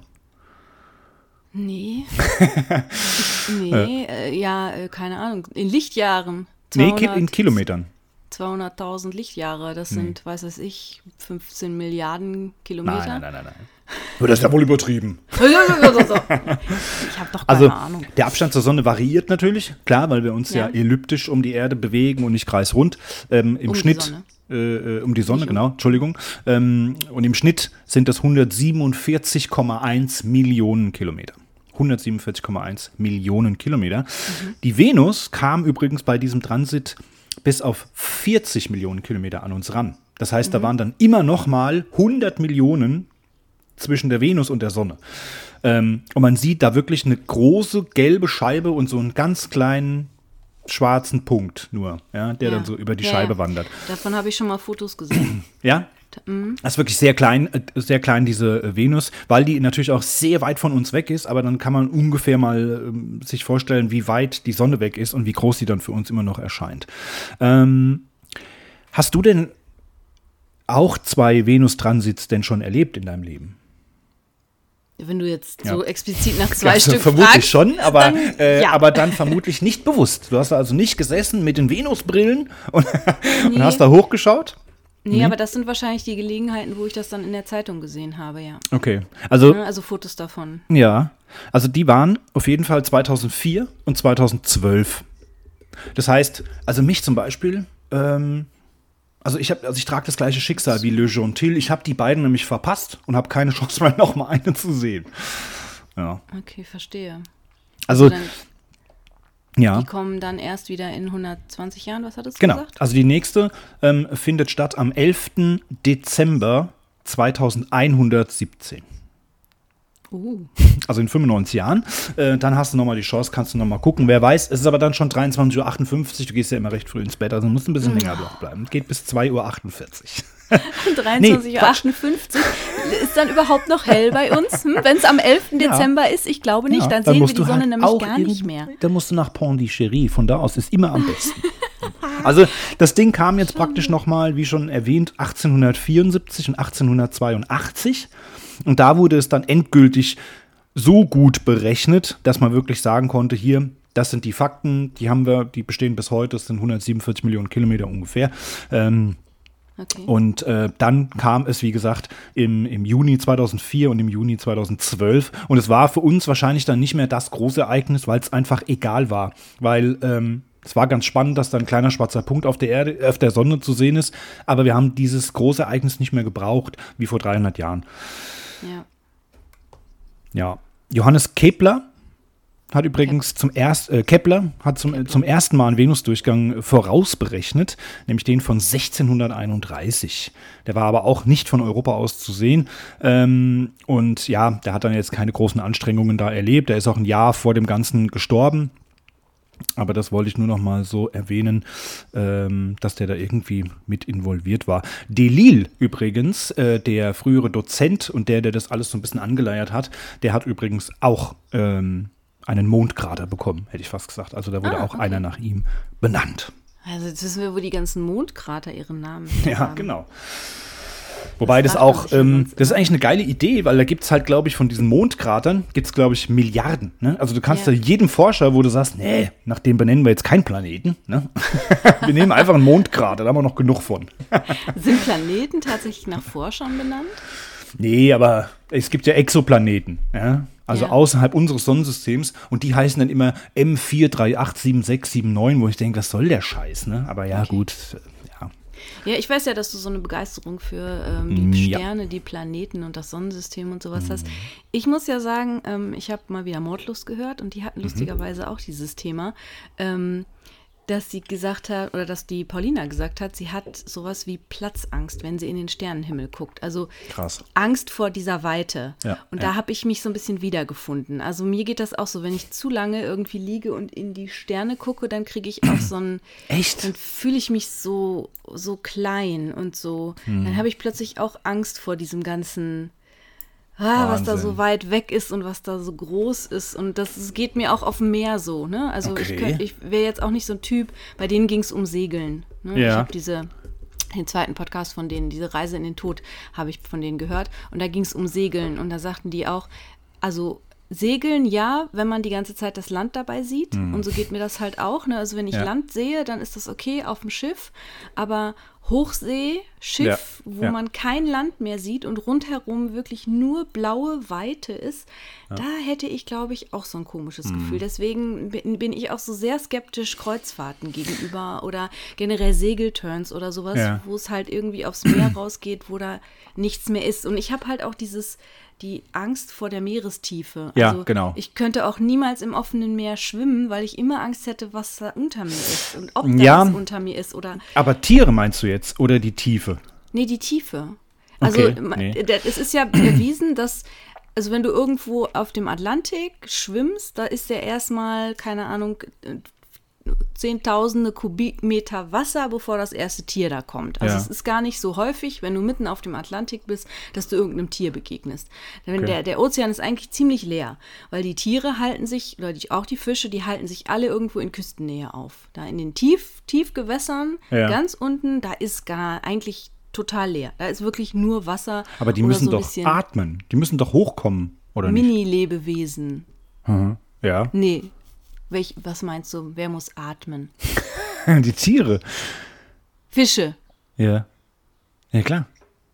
[SPEAKER 2] Nee. nee, äh, ja, äh, keine Ahnung. In Lichtjahren.
[SPEAKER 1] zweihundert, nee, in Kilometern.
[SPEAKER 2] zweihunderttausend Lichtjahre, das sind, nee. weiß ich, fünfzehn Milliarden Kilometer.
[SPEAKER 1] Nein, nein, nein, nein. nein. Das ist ja wohl übertrieben.
[SPEAKER 2] Ich habe doch keine
[SPEAKER 1] also,
[SPEAKER 2] Ahnung.
[SPEAKER 1] Der Abstand zur Sonne variiert natürlich, klar, weil wir uns ja, ja elliptisch um die Erde bewegen und nicht kreisrund. Ähm, Im
[SPEAKER 2] um
[SPEAKER 1] Schnitt.
[SPEAKER 2] Die Sonne.
[SPEAKER 1] Äh, um die Sonne, genau, Entschuldigung. Ähm, und im Schnitt sind das hundertsiebenundvierzig Komma eins Millionen Kilometer. hundertsiebenundvierzig Komma eins Millionen Kilometer. Mhm. Die Venus kam übrigens bei diesem Transit bis auf vierzig Millionen Kilometer an uns ran. Das heißt, mhm. da waren dann immer noch mal hundert Millionen zwischen der Venus und der Sonne. Ähm, und man sieht da wirklich eine große gelbe Scheibe und so einen ganz kleinen schwarzen Punkt nur, ja, der ja. dann so über die ja, Scheibe
[SPEAKER 2] ja.
[SPEAKER 1] wandert.
[SPEAKER 2] Davon habe ich schon mal Fotos gesehen.
[SPEAKER 1] Ja?
[SPEAKER 2] Mhm.
[SPEAKER 1] Das ist wirklich sehr klein, sehr klein, diese Venus, weil die natürlich auch sehr weit von uns weg ist, aber dann kann man ungefähr mal ähm, sich vorstellen, wie weit die Sonne weg ist und wie groß sie dann für uns immer noch erscheint. Ähm, hast du denn auch zwei Venus-Transits denn schon erlebt in deinem Leben?
[SPEAKER 2] Wenn du jetzt
[SPEAKER 1] ja.
[SPEAKER 2] so explizit nach zwei
[SPEAKER 1] also
[SPEAKER 2] Stück
[SPEAKER 1] vermutlich
[SPEAKER 2] fragst,
[SPEAKER 1] schon, aber,
[SPEAKER 2] dann,
[SPEAKER 1] äh,
[SPEAKER 2] ja.
[SPEAKER 1] aber dann vermutlich nicht bewusst. Du hast also nicht gesessen mit den Venusbrillen und,
[SPEAKER 2] nee.
[SPEAKER 1] und hast da hochgeschaut?
[SPEAKER 2] Nee,
[SPEAKER 1] nee,
[SPEAKER 2] aber das sind wahrscheinlich die Gelegenheiten, wo ich das dann in der Zeitung gesehen habe, ja.
[SPEAKER 1] Okay, also
[SPEAKER 2] also Fotos davon.
[SPEAKER 1] Ja, also die waren auf jeden Fall zweitausendvier und zweitausendzwölf. Das heißt, also mich zum Beispiel, ähm, also ich habe, also ich trage das gleiche Schicksal wie Le Gentil. Ich habe die beiden nämlich verpasst und habe keine Chance mehr, noch mal eine zu sehen. Ja.
[SPEAKER 2] Okay, verstehe.
[SPEAKER 1] Also,
[SPEAKER 2] also dann,
[SPEAKER 1] ja.
[SPEAKER 2] Die kommen dann erst wieder in hundertzwanzig Jahren, was hattest du
[SPEAKER 1] genau.
[SPEAKER 2] gesagt?
[SPEAKER 1] Also die nächste ähm, findet statt am elften Dezember zweitausendeinhundertsiebzehn.
[SPEAKER 2] Uh.
[SPEAKER 1] Also in fünfundneunzig Jahren. Äh, dann hast du nochmal die Chance, kannst du nochmal gucken. Wer weiß, es ist aber dann schon dreiundzwanzig Uhr achtundfünfzig. Du gehst ja immer recht früh ins Bett, also musst ein bisschen länger wach bleiben. Geht bis zwei Uhr achtundvierzig.
[SPEAKER 2] dreiundzwanzig Uhr achtundfünfzig ist dann überhaupt noch hell bei uns? Hm? Wenn es am elften Dezember ist, ich glaube nicht,
[SPEAKER 1] Ja,
[SPEAKER 2] dann,
[SPEAKER 1] dann
[SPEAKER 2] sehen wir
[SPEAKER 1] musst
[SPEAKER 2] die
[SPEAKER 1] du
[SPEAKER 2] Sonne
[SPEAKER 1] halt
[SPEAKER 2] nämlich
[SPEAKER 1] auch
[SPEAKER 2] gar nicht
[SPEAKER 1] irgend-
[SPEAKER 2] mehr.
[SPEAKER 1] Dann musst du nach Pondichéry. Von da aus ist immer am besten. Also das Ding kam jetzt praktisch nochmal, wie schon erwähnt, achtzehnhundertvierundsiebzig und achtzehnhundertzweiundachtzig. Und da wurde es dann endgültig so gut berechnet, dass man wirklich sagen konnte, hier, das sind die Fakten, die haben wir, die bestehen bis heute, das sind hundertsiebenundvierzig Millionen Kilometer ungefähr. Ähm,
[SPEAKER 2] Okay.
[SPEAKER 1] Und äh, dann kam es, wie gesagt, im, im Juni zweitausendvier und im Juni zweitausendzwölf. Und es war für uns wahrscheinlich dann nicht mehr das große Ereignis, weil es einfach egal war. Weil ähm, es war ganz spannend, dass da ein kleiner schwarzer Punkt auf der Erde, auf der Sonne zu sehen ist. Aber wir haben dieses große Ereignis nicht mehr gebraucht, wie vor dreihundert Jahren.
[SPEAKER 2] Ja.
[SPEAKER 1] Ja. Johannes Kepler hat übrigens zum erst, äh, Kepler hat zum, äh, zum ersten Mal einen Venusdurchgang vorausberechnet, nämlich den von sechzehnhunderteinunddreißig. Der war aber auch nicht von Europa aus zu sehen. Ähm, und ja, der hat dann jetzt keine großen Anstrengungen da erlebt. Er ist auch ein Jahr vor dem Ganzen gestorben. Aber das wollte ich nur noch mal so erwähnen, ähm, dass der da irgendwie mit involviert war. Delisle übrigens, äh, der frühere Dozent und der, der das alles so ein bisschen angeleiert hat, der hat übrigens auch ähm, einen Mondkrater bekommen, hätte ich fast gesagt. Also da wurde
[SPEAKER 2] Ah,
[SPEAKER 1] auch
[SPEAKER 2] okay.
[SPEAKER 1] einer nach ihm benannt.
[SPEAKER 2] Also jetzt wissen wir, wo die ganzen Mondkrater ihren Namen
[SPEAKER 1] Ja,
[SPEAKER 2] haben.
[SPEAKER 1] genau. Wobei das,
[SPEAKER 2] Das
[SPEAKER 1] das
[SPEAKER 2] fragt man
[SPEAKER 1] auch,
[SPEAKER 2] sich ja
[SPEAKER 1] ähm,
[SPEAKER 2] sonst
[SPEAKER 1] das ist
[SPEAKER 2] immer.
[SPEAKER 1] eigentlich eine geile Idee, weil da gibt es halt, glaube ich, von diesen Mondkratern, gibt es, glaube ich, Milliarden. Ne? Also du kannst
[SPEAKER 2] Ja.
[SPEAKER 1] da jedem Forscher, wo du sagst, nee, nach dem benennen wir jetzt keinen Planeten. Ne? Wir nehmen einfach einen Mondkrater, da haben wir noch genug von.
[SPEAKER 2] Sind Planeten tatsächlich nach Forschern benannt?
[SPEAKER 1] Nee, aber es gibt ja Exoplaneten, ja? Also
[SPEAKER 2] Ja.
[SPEAKER 1] außerhalb unseres Sonnensystems und die heißen dann immer M vier drei acht sieben sechs sieben neun, wo ich denke, was soll der Scheiß, ne? Aber ja,
[SPEAKER 2] Okay.
[SPEAKER 1] gut, ja.
[SPEAKER 2] Ja, ich weiß ja, dass du so eine Begeisterung für ähm, die
[SPEAKER 1] Ja.
[SPEAKER 2] Sterne, die Planeten und das Sonnensystem und sowas hast. Ich muss ja sagen, ähm, ich habe mal wieder Mordlust gehört und die hatten lustigerweise auch dieses Thema, ähm, dass sie gesagt hat, oder dass die Paulina gesagt hat, sie hat sowas wie Platzangst, wenn sie in den Sternenhimmel guckt. Also
[SPEAKER 1] Krass.
[SPEAKER 2] Angst vor dieser Weite.
[SPEAKER 1] Ja,
[SPEAKER 2] und
[SPEAKER 1] ja.
[SPEAKER 2] da habe ich mich so ein bisschen wiedergefunden. Also mir geht das auch so, wenn ich zu lange irgendwie liege und in die Sterne gucke, dann kriege ich auch so ein,
[SPEAKER 1] Echt?
[SPEAKER 2] dann fühle ich mich so, so klein und so.
[SPEAKER 1] Hm.
[SPEAKER 2] Dann habe ich plötzlich auch Angst vor diesem ganzen, ah, was da
[SPEAKER 1] Wahnsinn.
[SPEAKER 2] so weit weg ist und was da so groß ist. Und das, das geht mir auch auf dem Meer so. Ne? Also ich,
[SPEAKER 1] Okay.
[SPEAKER 2] könnt- ich wäre jetzt auch nicht so ein Typ, bei denen ging es um Segeln. Ne?
[SPEAKER 1] Ja.
[SPEAKER 2] Ich habe diese den zweiten Podcast von denen, diese Reise in den Tod, habe ich von denen gehört. Und da ging es um Segeln. Und da sagten die auch, also Segeln ja, wenn man die ganze Zeit das Land dabei sieht. Und so geht mir das halt auch. Ne? Also wenn ich
[SPEAKER 1] Ja.
[SPEAKER 2] Land sehe, dann ist das okay auf dem Schiff. Aber Hochsee, Schiff,
[SPEAKER 1] Ja.
[SPEAKER 2] wo
[SPEAKER 1] Ja.
[SPEAKER 2] man kein Land mehr sieht und rundherum wirklich nur blaue Weite ist, da hätte ich, glaube ich, auch so ein komisches
[SPEAKER 1] Mhm.
[SPEAKER 2] Gefühl. Deswegen bin, bin ich auch so sehr skeptisch Kreuzfahrten gegenüber oder generell Segelturns oder sowas,
[SPEAKER 1] Ja.
[SPEAKER 2] wo es halt irgendwie aufs Meer rausgeht, wo da nichts mehr ist. Und ich habe halt auch dieses, die Angst vor der Meerestiefe.
[SPEAKER 1] Ja,
[SPEAKER 2] also
[SPEAKER 1] genau.
[SPEAKER 2] Ich könnte auch niemals im offenen Meer schwimmen, weil ich immer Angst hätte, was da unter mir ist und ob da
[SPEAKER 1] Ja.
[SPEAKER 2] was unter mir ist oder
[SPEAKER 1] Aber Tiere meinst du jetzt oder die Tiefe?
[SPEAKER 2] nee, die Tiefe. Also
[SPEAKER 1] Okay,
[SPEAKER 2] ma-
[SPEAKER 1] nee.
[SPEAKER 2] da- es ist ja erwiesen, dass also wenn du irgendwo auf dem Atlantik schwimmst, da ist ja erstmal, keine Ahnung, äh, Zehntausende Kubikmeter Wasser, bevor das erste Tier da kommt. Also
[SPEAKER 1] Ja.
[SPEAKER 2] es ist gar nicht so häufig, wenn du mitten auf dem Atlantik bist, dass du irgendeinem Tier begegnest. Denn
[SPEAKER 1] Okay.
[SPEAKER 2] der, der Ozean ist eigentlich ziemlich leer, weil die Tiere halten sich, oder die, auch die Fische, die halten sich alle irgendwo in Küstennähe auf. Da in den Tief, Tiefgewässern,
[SPEAKER 1] Ja.
[SPEAKER 2] ganz unten, da ist gar eigentlich total leer. Da ist wirklich nur Wasser.
[SPEAKER 1] Aber die
[SPEAKER 2] oder
[SPEAKER 1] müssen
[SPEAKER 2] so ein
[SPEAKER 1] doch
[SPEAKER 2] bisschen
[SPEAKER 1] atmen. Die müssen doch hochkommen, oder nicht?
[SPEAKER 2] Mini-Lebewesen.
[SPEAKER 1] Mhm. Ja.
[SPEAKER 2] Nee. Welch, was meinst du? Wer muss atmen?
[SPEAKER 1] Die Tiere.
[SPEAKER 2] Fische.
[SPEAKER 1] Ja. Ja, klar.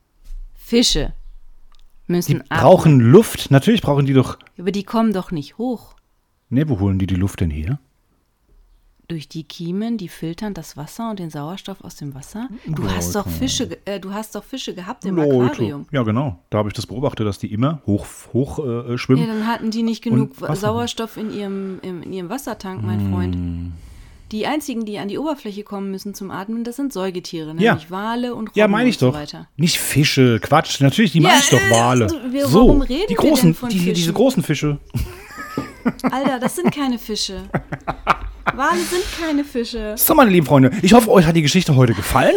[SPEAKER 2] Fische
[SPEAKER 1] Die
[SPEAKER 2] müssen atmen.
[SPEAKER 1] brauchen Luft. Natürlich brauchen die doch.
[SPEAKER 2] Aber die kommen doch nicht hoch.
[SPEAKER 1] Ne, wo holen die die Luft denn her?
[SPEAKER 2] Durch die Kiemen, die filtern das Wasser und den Sauerstoff aus dem Wasser. Du
[SPEAKER 1] Ja,
[SPEAKER 2] hast doch
[SPEAKER 1] klar.
[SPEAKER 2] Fische, ge- äh, du hast doch Fische gehabt im
[SPEAKER 1] Oh,
[SPEAKER 2] Aquarium.
[SPEAKER 1] Ja, genau. Da habe ich das beobachtet, dass die immer hoch, hoch äh, schwimmen.
[SPEAKER 2] Ja, dann hatten die nicht genug
[SPEAKER 1] Und Wasser.
[SPEAKER 2] Sauerstoff in ihrem, im, in ihrem Wassertank, mein Freund. Die einzigen, die an die Oberfläche kommen müssen zum Atmen, das sind Säugetiere,
[SPEAKER 1] Ja.
[SPEAKER 2] nämlich Wale und Robben
[SPEAKER 1] Ja, meine ich
[SPEAKER 2] und so
[SPEAKER 1] doch.
[SPEAKER 2] weiter.
[SPEAKER 1] Nicht Fische, Quatsch. Natürlich, die
[SPEAKER 2] Ja,
[SPEAKER 1] meine ich doch,
[SPEAKER 2] äh,
[SPEAKER 1] Wale.
[SPEAKER 2] wir-
[SPEAKER 1] so,
[SPEAKER 2] warum reden
[SPEAKER 1] die
[SPEAKER 2] wir denn
[SPEAKER 1] großen,
[SPEAKER 2] von
[SPEAKER 1] die,
[SPEAKER 2] Fischen?
[SPEAKER 1] diese großen Fische.
[SPEAKER 2] Alter, das sind keine Fische. Wale sind keine Fische.
[SPEAKER 1] So, meine lieben Freunde, ich hoffe, euch hat die Geschichte heute gefallen.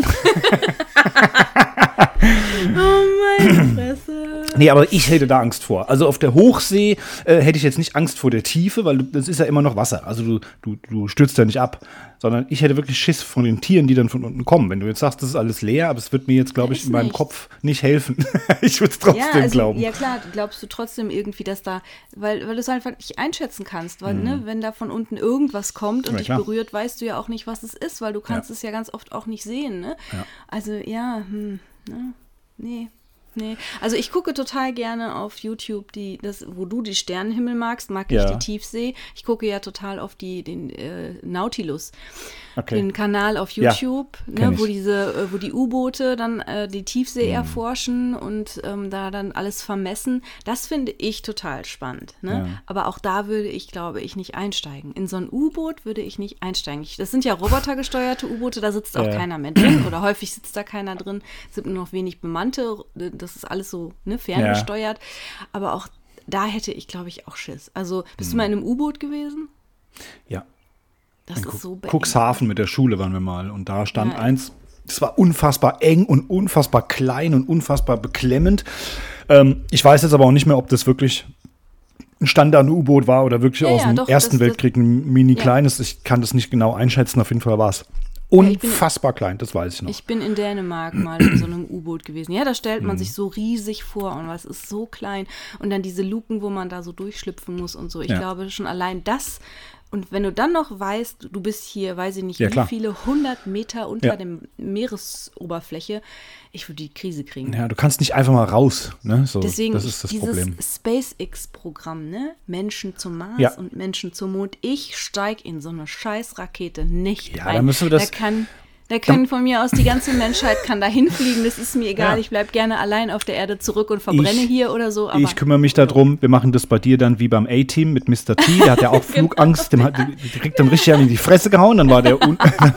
[SPEAKER 2] Oh meine Fresse.
[SPEAKER 1] Nee, aber ich hätte da Angst vor. Also auf der Hochsee äh, hätte ich jetzt nicht Angst vor der Tiefe, weil das ist ja immer noch Wasser. Also du, du, du stürzt ja nicht ab. Sondern ich hätte wirklich Schiss von den Tieren, die dann von unten kommen. Wenn du jetzt sagst, das ist alles leer, aber es wird mir jetzt, glaube ich,
[SPEAKER 2] Ist
[SPEAKER 1] in meinem
[SPEAKER 2] nicht.
[SPEAKER 1] Kopf nicht helfen. Ich würde es trotzdem
[SPEAKER 2] Ja, also,
[SPEAKER 1] glauben.
[SPEAKER 2] ja klar, glaubst du trotzdem irgendwie, dass da, weil, weil du es einfach nicht einschätzen kannst, weil, ne, wenn da von unten irgendwas kommt und
[SPEAKER 1] Ja,
[SPEAKER 2] dich
[SPEAKER 1] klar.
[SPEAKER 2] berührt, weißt du ja auch nicht, was es ist, weil du kannst
[SPEAKER 1] Ja.
[SPEAKER 2] es ja ganz oft auch nicht sehen, ne?
[SPEAKER 1] Ja.
[SPEAKER 2] Also, ja, hm, ne, nee. Nee, also ich gucke total gerne auf YouTube, die, das, wo du die Sternenhimmel magst, mag
[SPEAKER 1] Ja.
[SPEAKER 2] ich die Tiefsee. Ich gucke ja total auf die, den äh, Nautilus,
[SPEAKER 1] Okay.
[SPEAKER 2] den Kanal auf
[SPEAKER 1] Ja,
[SPEAKER 2] YouTube,
[SPEAKER 1] kenn
[SPEAKER 2] ne, wo
[SPEAKER 1] ich.
[SPEAKER 2] diese, äh, wo die U-Boote dann äh, die Tiefsee
[SPEAKER 1] Mhm.
[SPEAKER 2] erforschen und ähm, da dann alles vermessen. Das finde ich total spannend. Ne?
[SPEAKER 1] Ja.
[SPEAKER 2] Aber auch da würde ich, glaube ich, nicht einsteigen. In so ein U-Boot würde ich nicht einsteigen. Ich, das sind ja robotergesteuerte U-Boote, da sitzt auch
[SPEAKER 1] Ja.
[SPEAKER 2] keiner mehr drin oder häufig sitzt da keiner drin. Es sind nur noch wenig bemannte, das ist alles so ne, ferngesteuert. Aber auch da hätte ich, glaube ich, auch Schiss. Also, bist
[SPEAKER 1] Mhm.
[SPEAKER 2] du mal in einem U-Boot gewesen?
[SPEAKER 1] Ja.
[SPEAKER 2] Das
[SPEAKER 1] In
[SPEAKER 2] ist
[SPEAKER 1] Cu-
[SPEAKER 2] so beengt.
[SPEAKER 1] Cuxhaven mit der Schule waren wir mal. Und da stand
[SPEAKER 2] Ja.
[SPEAKER 1] eins, das war unfassbar eng und unfassbar klein und unfassbar beklemmend. Ähm, ich weiß jetzt aber auch nicht mehr, ob das wirklich ein Standard-U-Boot war oder wirklich
[SPEAKER 2] Ja,
[SPEAKER 1] aus
[SPEAKER 2] ja,
[SPEAKER 1] dem
[SPEAKER 2] doch,
[SPEAKER 1] Ersten
[SPEAKER 2] das- das-
[SPEAKER 1] Weltkrieg ein mini kleines. Ich kann das nicht genau einschätzen, auf jeden Fall war es
[SPEAKER 2] ich bin-
[SPEAKER 1] unfassbar klein, das weiß ich noch.
[SPEAKER 2] Ich bin in Dänemark mal in so einem U-Boot gewesen. Ja, da stellt
[SPEAKER 1] Mhm.
[SPEAKER 2] man sich so riesig vor und was ist so klein. Und dann diese Luken, wo man da so durchschlüpfen muss und so. Ich
[SPEAKER 1] Ja.
[SPEAKER 2] glaube schon allein das. Und wenn du dann noch weißt, du bist hier, weiß ich nicht,
[SPEAKER 1] Ja,
[SPEAKER 2] wie
[SPEAKER 1] klar.
[SPEAKER 2] viele hundert Meter unter
[SPEAKER 1] Ja.
[SPEAKER 2] dem Meeresoberfläche, ich würde die Krise kriegen.
[SPEAKER 1] Ja, du kannst nicht einfach mal raus. Ne? So,
[SPEAKER 2] Deswegen
[SPEAKER 1] das ist das
[SPEAKER 2] dieses
[SPEAKER 1] Problem.
[SPEAKER 2] SpaceX-Programm, ne? Menschen zum Mars
[SPEAKER 1] Ja.
[SPEAKER 2] und Menschen zum Mond. Ich steig in so eine Scheißrakete nicht
[SPEAKER 1] Ja,
[SPEAKER 2] rein.
[SPEAKER 1] da müssen wir das-
[SPEAKER 2] Da kann, da können von mir aus die ganze Menschheit kann da hinfliegen. Das ist mir egal.
[SPEAKER 1] Ja.
[SPEAKER 2] Ich bleib gerne allein auf der Erde zurück und verbrenne
[SPEAKER 1] Ich-
[SPEAKER 2] hier oder so. Aber
[SPEAKER 1] Ich kümmere mich darum, wir machen das bei dir dann wie beim A-Team mit Mister T, der hat ja auch Flugangst, dem hat, der kriegt dann richtig in die Fresse gehauen, dann war der, un,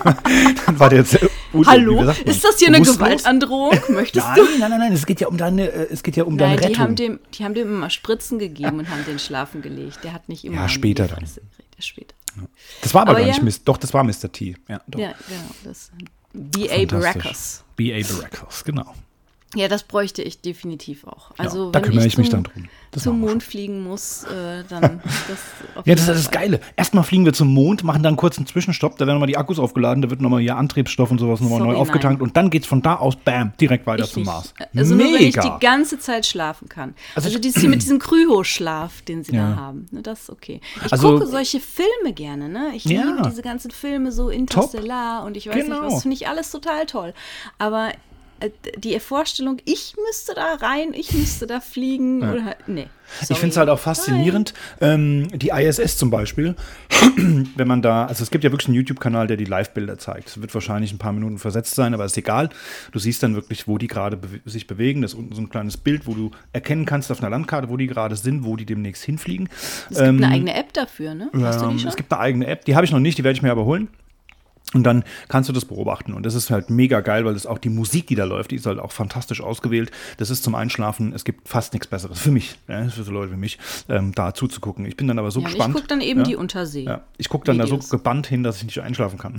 [SPEAKER 1] dann war der jetzt, un,
[SPEAKER 2] Hallo,
[SPEAKER 1] wie sagt man,
[SPEAKER 2] ist das hier eine
[SPEAKER 1] bewusstlos?
[SPEAKER 2] Gewaltandrohung? Möchtest
[SPEAKER 1] Nein,
[SPEAKER 2] du?
[SPEAKER 1] nein, nein, nein, es geht ja um deine, äh, es geht ja um
[SPEAKER 2] Nein,
[SPEAKER 1] deine
[SPEAKER 2] die haben,
[SPEAKER 1] Rettung.
[SPEAKER 2] dem, die haben dem immer Spritzen gegeben und haben den schlafen gelegt. Der hat nicht immer.
[SPEAKER 1] Ja,
[SPEAKER 2] in die
[SPEAKER 1] später dann.
[SPEAKER 2] Fresse gekriegt. Ja, später.
[SPEAKER 1] Das war aber,
[SPEAKER 2] Aber
[SPEAKER 1] gar
[SPEAKER 2] ja.
[SPEAKER 1] nicht Mister Doch, das war Mister T. Ja, doch.
[SPEAKER 2] Ja, genau. Das B A
[SPEAKER 1] Fantastisch.
[SPEAKER 2] Baracus.
[SPEAKER 1] B A Baracus, genau.
[SPEAKER 2] Ja, das bräuchte ich definitiv auch. Also,
[SPEAKER 1] Ja, da
[SPEAKER 2] wenn
[SPEAKER 1] kümmere
[SPEAKER 2] ich,
[SPEAKER 1] ich mich
[SPEAKER 2] zum,
[SPEAKER 1] dann drum. Das
[SPEAKER 2] zum
[SPEAKER 1] machen wir
[SPEAKER 2] Mond
[SPEAKER 1] schon.
[SPEAKER 2] fliegen muss, äh, dann das auf
[SPEAKER 1] Ja, das ist
[SPEAKER 2] jeden
[SPEAKER 1] das
[SPEAKER 2] Fall.
[SPEAKER 1] Geile. Erstmal fliegen wir zum Mond, machen dann kurz einen Zwischenstopp, da werden nochmal die Akkus aufgeladen, da wird nochmal hier Antriebsstoff und sowas nochmal
[SPEAKER 2] Sorry,
[SPEAKER 1] neu aufgetankt
[SPEAKER 2] nein.
[SPEAKER 1] und dann geht's von da aus, bam, direkt weiter
[SPEAKER 2] Ich
[SPEAKER 1] zum
[SPEAKER 2] nicht.
[SPEAKER 1] Mars.
[SPEAKER 2] Also nur wenn ich
[SPEAKER 1] Mega.
[SPEAKER 2] die ganze Zeit schlafen kann.
[SPEAKER 1] Also
[SPEAKER 2] Also,
[SPEAKER 1] ich-
[SPEAKER 2] dieses hier mit diesem Kryoschlaf, den sie
[SPEAKER 1] Ja.
[SPEAKER 2] da haben. Ne, das ist okay. Ich
[SPEAKER 1] Also-
[SPEAKER 2] gucke solche Filme gerne, ne? Ich
[SPEAKER 1] Ja.
[SPEAKER 2] liebe diese ganzen Filme, so Interstellar und ich weiß
[SPEAKER 1] Genau.
[SPEAKER 2] nicht was, finde ich alles total toll. Aber äh, die Vorstellung, ich müsste da rein, ich müsste da fliegen oder nee.
[SPEAKER 1] Ich
[SPEAKER 2] sorry.
[SPEAKER 1] finde es halt auch faszinierend, ähm, die I S S zum Beispiel, wenn man da, also es gibt ja wirklich einen YouTube-Kanal, der die Live-Bilder zeigt. Es wird wahrscheinlich ein paar Minuten versetzt sein, aber ist egal. Du siehst dann wirklich, wo die gerade bewe sich bewegen. Das ist unten so ein kleines Bild, wo du erkennen kannst auf einer Landkarte, wo die gerade sind, wo die demnächst hinfliegen.
[SPEAKER 2] Es gibt eine eigene App dafür, ne? Hast du die
[SPEAKER 1] Ähm,
[SPEAKER 2] schon?
[SPEAKER 1] Es gibt eine eigene App, die habe ich noch nicht, die werde ich mir aber holen. Und dann kannst du das beobachten. Und das ist halt mega geil, weil das auch die Musik, die da läuft, die ist halt auch fantastisch ausgewählt. Das ist zum Einschlafen, es gibt fast nichts Besseres für mich, ja, für so Leute wie mich, ähm, da zuzugucken. Ich bin dann aber so
[SPEAKER 2] Ja, und ich
[SPEAKER 1] gespannt.
[SPEAKER 2] gucke dann eben
[SPEAKER 1] ja.
[SPEAKER 2] die Untersee.
[SPEAKER 1] Ja, ich gucke dann da
[SPEAKER 2] Videos.
[SPEAKER 1] so gebannt hin, dass ich nicht einschlafen kann.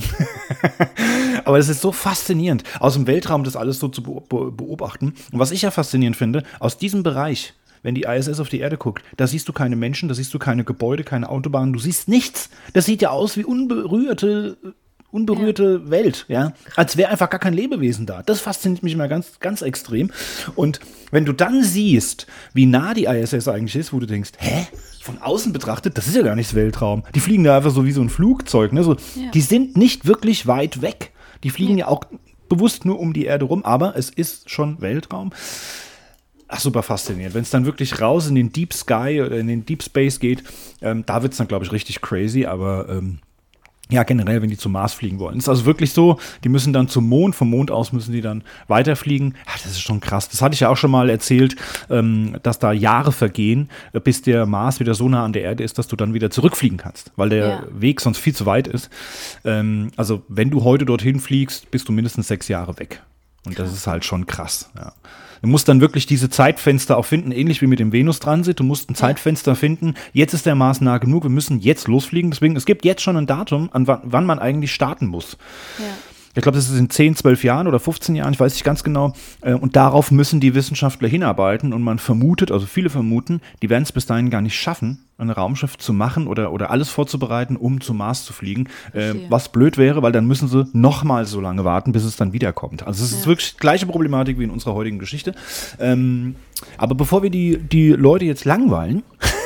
[SPEAKER 1] Aber es ist so faszinierend, aus dem Weltraum das alles so zu be be beobachten. Und was ich ja faszinierend finde, aus diesem Bereich, wenn die I S S auf die Erde guckt, da siehst du keine Menschen, da siehst du keine Gebäude, keine Autobahnen, du siehst nichts. Das sieht ja aus wie unberührte, unberührte Welt, ja. Als wäre einfach gar kein Lebewesen da. Das fasziniert mich immer ganz, ganz extrem. Und wenn du dann siehst, wie nah die I S S eigentlich ist, wo du denkst, hä? Von außen betrachtet, das ist ja gar nicht Weltraum. Die fliegen da einfach so wie so ein Flugzeug, ne? So,
[SPEAKER 2] Ja.
[SPEAKER 1] Die sind nicht wirklich weit weg. Die fliegen ja. ja auch bewusst nur um die Erde rum, aber es ist schon Weltraum. Ach, super faszinierend. Wenn es dann wirklich raus in den Deep Sky oder in den Deep Space geht, ähm, da wird es dann, glaube ich, richtig crazy, aber ähm, Ja, generell, wenn die zum Mars fliegen wollen. Es ist also wirklich so, die müssen dann zum Mond, vom Mond aus müssen die dann weiterfliegen. Ja, das ist schon krass. Das hatte ich ja auch schon mal erzählt, ähm, dass da Jahre vergehen, äh, bis der Mars wieder so nah an der Erde ist, dass du dann wieder zurückfliegen kannst, weil der
[SPEAKER 2] Ja.
[SPEAKER 1] Weg sonst viel zu weit ist. Ähm, also wenn du heute dorthin fliegst, bist du mindestens sechs Jahre weg. Und das ist halt schon krass, ja. Du musst dann wirklich diese Zeitfenster auch finden, ähnlich wie mit dem Venus-Transit. Du musst ein Zeitfenster finden. Jetzt ist der Mars nah genug, wir müssen jetzt losfliegen. Deswegen, es gibt jetzt schon ein Datum, an wann, wann man eigentlich starten muss.
[SPEAKER 2] Ja.
[SPEAKER 1] Ich glaube, das ist in zehn, zwölf Jahren oder fünfzehn Jahren, ich weiß nicht ganz genau. Und darauf müssen die Wissenschaftler hinarbeiten. Und man vermutet, also viele vermuten, die werden es bis dahin gar nicht schaffen, ein Raumschiff zu machen oder, oder alles vorzubereiten, um zum Mars zu fliegen. Äh, was blöd wäre, weil dann müssen sie nochmal so lange warten, bis es dann wiederkommt. Also es ist
[SPEAKER 2] Ja.
[SPEAKER 1] wirklich die gleiche Problematik wie in unserer heutigen Geschichte. Ähm, aber bevor wir die, die Leute jetzt langweilen,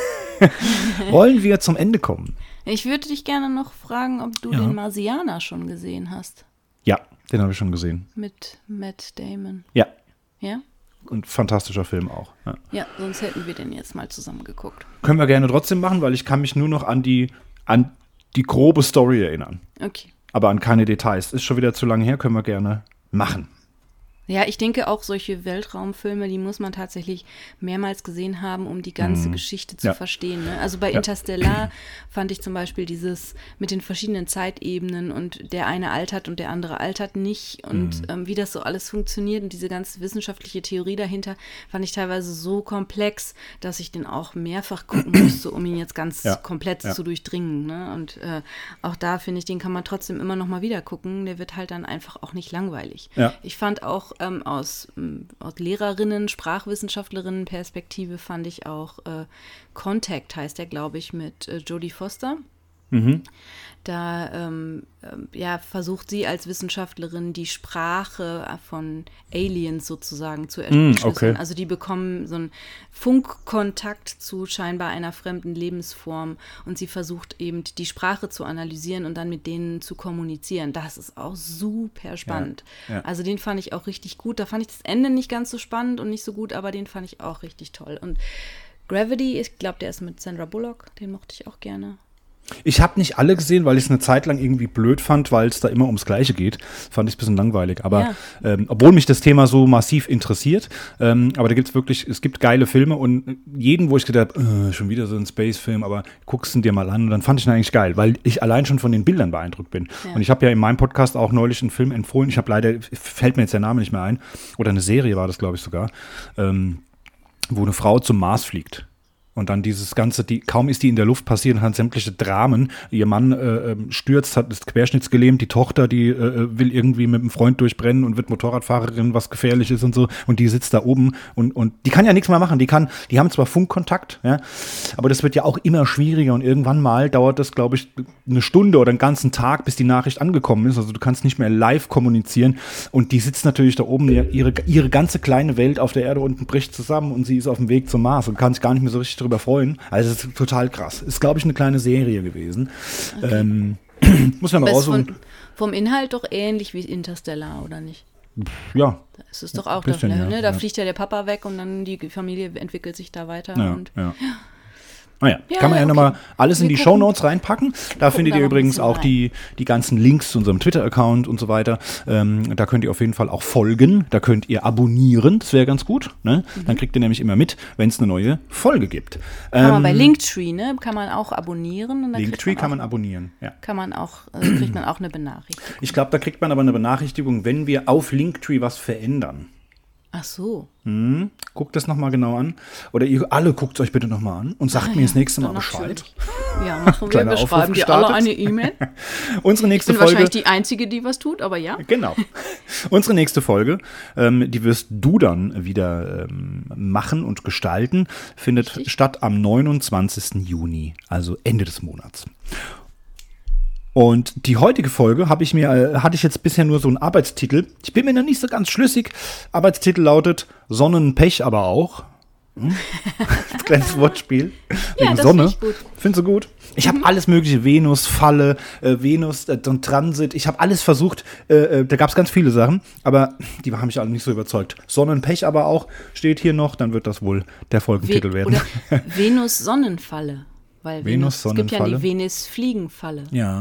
[SPEAKER 1] wollen wir zum Ende kommen.
[SPEAKER 2] Ich würde dich gerne noch fragen, ob du
[SPEAKER 1] Ja.
[SPEAKER 2] den Marsianer schon gesehen hast.
[SPEAKER 1] Ja, den habe ich schon gesehen.
[SPEAKER 2] Mit Matt Damon.
[SPEAKER 1] Ja,
[SPEAKER 2] Ja?
[SPEAKER 1] und fantastischer Film auch. Ja.
[SPEAKER 2] Ja, sonst hätten wir den jetzt mal zusammen geguckt.
[SPEAKER 1] Können wir gerne trotzdem machen, weil ich kann mich nur noch an die, an die grobe Story erinnern.
[SPEAKER 2] Okay.
[SPEAKER 1] Aber an keine Details. Ist schon wieder zu lange her, können wir gerne machen.
[SPEAKER 2] Ja, ich denke auch, solche Weltraumfilme, die muss man tatsächlich mehrmals gesehen haben, um die ganze
[SPEAKER 1] Mhm.
[SPEAKER 2] Geschichte zu
[SPEAKER 1] Ja.
[SPEAKER 2] verstehen. Ne? Also bei
[SPEAKER 1] Ja.
[SPEAKER 2] Interstellar fand ich zum Beispiel dieses mit den verschiedenen Zeitebenen und der eine altert und der andere altert nicht und
[SPEAKER 1] Mhm.
[SPEAKER 2] ähm, wie das so alles funktioniert und diese ganze wissenschaftliche Theorie dahinter fand ich teilweise so komplex, dass ich den auch mehrfach gucken musste, um ihn jetzt ganz
[SPEAKER 1] Ja.
[SPEAKER 2] komplett
[SPEAKER 1] Ja.
[SPEAKER 2] zu durchdringen. Ne? Und äh, auch da finde ich, den kann man trotzdem immer noch mal wieder gucken. Der wird halt dann einfach auch nicht langweilig.
[SPEAKER 1] Ja.
[SPEAKER 2] Ich fand auch ähm, aus, ähm, aus Lehrerinnen, Sprachwissenschaftlerinnen Perspektive fand ich auch äh, Contact heißt der, glaube ich, mit äh, Jodie Foster.
[SPEAKER 1] Mhm.
[SPEAKER 2] Da ähm, ähm, ja, versucht sie als Wissenschaftlerin die Sprache von Aliens sozusagen zu
[SPEAKER 1] Mm,
[SPEAKER 2] entschlüsseln.
[SPEAKER 1] okay.
[SPEAKER 2] Also die bekommen so einen Funkkontakt zu scheinbar einer fremden Lebensform und sie versucht eben die Sprache zu analysieren und dann mit denen zu kommunizieren. Das ist auch super spannend.
[SPEAKER 1] Ja, ja.
[SPEAKER 2] Also den fand ich auch richtig gut. Da fand ich das Ende nicht ganz so spannend und nicht so gut, aber den fand ich auch richtig toll. Und Gravity, ich glaube, der ist mit Sandra Bullock, den mochte ich auch gerne.
[SPEAKER 1] Ich habe nicht alle gesehen, weil ich es eine Zeit lang irgendwie blöd fand, weil es da immer ums Gleiche geht. Fand ich es ein bisschen langweilig. Aber
[SPEAKER 2] Ja.
[SPEAKER 1] ähm, obwohl mich das Thema so massiv interessiert, ähm, aber da gibt es wirklich, es gibt geile Filme und jeden, wo ich gedacht habe, äh, schon wieder so ein Space-Film, aber guckst ihn dir mal an und dann fand ich ihn eigentlich geil, weil ich allein schon von den Bildern beeindruckt bin.
[SPEAKER 2] Ja.
[SPEAKER 1] Und ich habe ja in meinem Podcast auch neulich einen Film empfohlen. Ich habe leider, fällt mir jetzt der Name nicht mehr ein, oder eine Serie war das, glaube ich, sogar, ähm, wo eine Frau zum Mars fliegt. Und dann dieses Ganze, die, kaum ist die in der Luft passiert, und hat sämtliche Dramen. Ihr Mann äh, ähm, stürzt, hat ist querschnittsgelähmt, die Tochter, die äh, will irgendwie mit einem Freund durchbrennen und wird Motorradfahrerin, was gefährlich ist und so. Und die sitzt da oben und, und die kann ja nichts mehr machen. Die kann, die haben zwar Funkkontakt, ja, aber das wird ja auch immer schwieriger. Und irgendwann mal dauert das, glaube ich, eine Stunde oder einen ganzen Tag, bis die Nachricht angekommen ist. Also du kannst nicht mehr live kommunizieren. Und die sitzt natürlich da oben, ihre, ihre ganze kleine Welt auf der Erde unten bricht zusammen und sie ist auf dem Weg zum Mars und kann sich gar nicht mehr so richtig drüber freuen. Also das ist total krass. Ist, glaube ich, eine kleine Serie gewesen. Okay. Ähm, muss man mal
[SPEAKER 2] Aber ist
[SPEAKER 1] raussuchen.
[SPEAKER 2] von, vom Inhalt doch ähnlich wie Interstellar, oder nicht?
[SPEAKER 1] Ja.
[SPEAKER 2] Da ist es doch auch,
[SPEAKER 1] bisschen,
[SPEAKER 2] da,
[SPEAKER 1] ja,
[SPEAKER 2] ne? Da
[SPEAKER 1] ja.
[SPEAKER 2] fliegt ja der Papa weg und dann die Familie entwickelt sich da weiter.
[SPEAKER 1] Ja,
[SPEAKER 2] und
[SPEAKER 1] ja. Naja,
[SPEAKER 2] Ja,
[SPEAKER 1] kann man ja,
[SPEAKER 2] ja,
[SPEAKER 1] nochmal
[SPEAKER 2] okay.
[SPEAKER 1] alles in
[SPEAKER 2] Wir
[SPEAKER 1] die
[SPEAKER 2] gucken-
[SPEAKER 1] Shownotes reinpacken. Da findet
[SPEAKER 2] da
[SPEAKER 1] ihr
[SPEAKER 2] noch ein
[SPEAKER 1] übrigens
[SPEAKER 2] bisschen
[SPEAKER 1] auch
[SPEAKER 2] rein.
[SPEAKER 1] die, die ganzen Links zu unserem Twitter-Account und so weiter. Ähm, da könnt ihr auf jeden Fall auch folgen. Da könnt ihr abonnieren. Das wäre ganz gut. Ne?
[SPEAKER 2] Mhm.
[SPEAKER 1] Dann kriegt ihr nämlich immer mit, wenn es eine neue Folge gibt.
[SPEAKER 2] kann man bei
[SPEAKER 1] Ähm,
[SPEAKER 2] Linktree, ne? Kann man auch abonnieren. Und dann
[SPEAKER 1] Linktree
[SPEAKER 2] kriegt
[SPEAKER 1] kann
[SPEAKER 2] man
[SPEAKER 1] man
[SPEAKER 2] auch,
[SPEAKER 1] abonnieren. Ja.
[SPEAKER 2] kann man auch, äh, kriegt man auch eine Benachrichtigung.
[SPEAKER 1] Ich glaube, da kriegt man aber eine Benachrichtigung, wenn wir auf Linktree was verändern.
[SPEAKER 2] Ach so.
[SPEAKER 1] Hm, guckt das nochmal genau an. Oder ihr alle guckt es euch bitte nochmal an und sagt mir das nächste Mal
[SPEAKER 2] Dann
[SPEAKER 1] Bescheid.
[SPEAKER 2] natürlich. Ja, machen wir.
[SPEAKER 1] Kleiner
[SPEAKER 2] Wir
[SPEAKER 1] Aufruf
[SPEAKER 2] schreiben dir
[SPEAKER 1] gestartet.
[SPEAKER 2] alle eine E-Mail.
[SPEAKER 1] Unsere
[SPEAKER 2] Ich
[SPEAKER 1] nächste
[SPEAKER 2] bin
[SPEAKER 1] Folge.
[SPEAKER 2] wahrscheinlich die Einzige, die was tut, aber ja.
[SPEAKER 1] Genau. Unsere nächste Folge, ähm, die wirst du dann wieder ähm, machen und gestalten, findet
[SPEAKER 2] Richtig.
[SPEAKER 1] statt am neunundzwanzigsten Juni, also Ende des Monats. Und die heutige Folge habe ich mir, äh, hatte ich jetzt bisher nur so einen Arbeitstitel. Ich bin mir noch nicht so ganz schlüssig. Arbeitstitel lautet Sonnenpech aber auch. Hm? Kleines Wortspiel. Wegen
[SPEAKER 2] das
[SPEAKER 1] Sonne.
[SPEAKER 2] finde ich gut.
[SPEAKER 1] Findest du gut? Ich habe alles mögliche, Venus, Falle, äh, Venus, äh, und Transit. Ich habe alles versucht. Äh, äh, da gab es ganz viele Sachen, aber die haben mich alle nicht so überzeugt. Sonnenpech aber auch steht hier noch. Dann wird das wohl der Folgentitel
[SPEAKER 2] We-
[SPEAKER 1] werden.
[SPEAKER 2] Oder Venus-Sonnenfalle. Weil
[SPEAKER 1] Venus
[SPEAKER 2] Venus, es gibt ja die
[SPEAKER 1] Sonnenfalle.
[SPEAKER 2] Venus-Fliegenfalle.
[SPEAKER 1] Ja.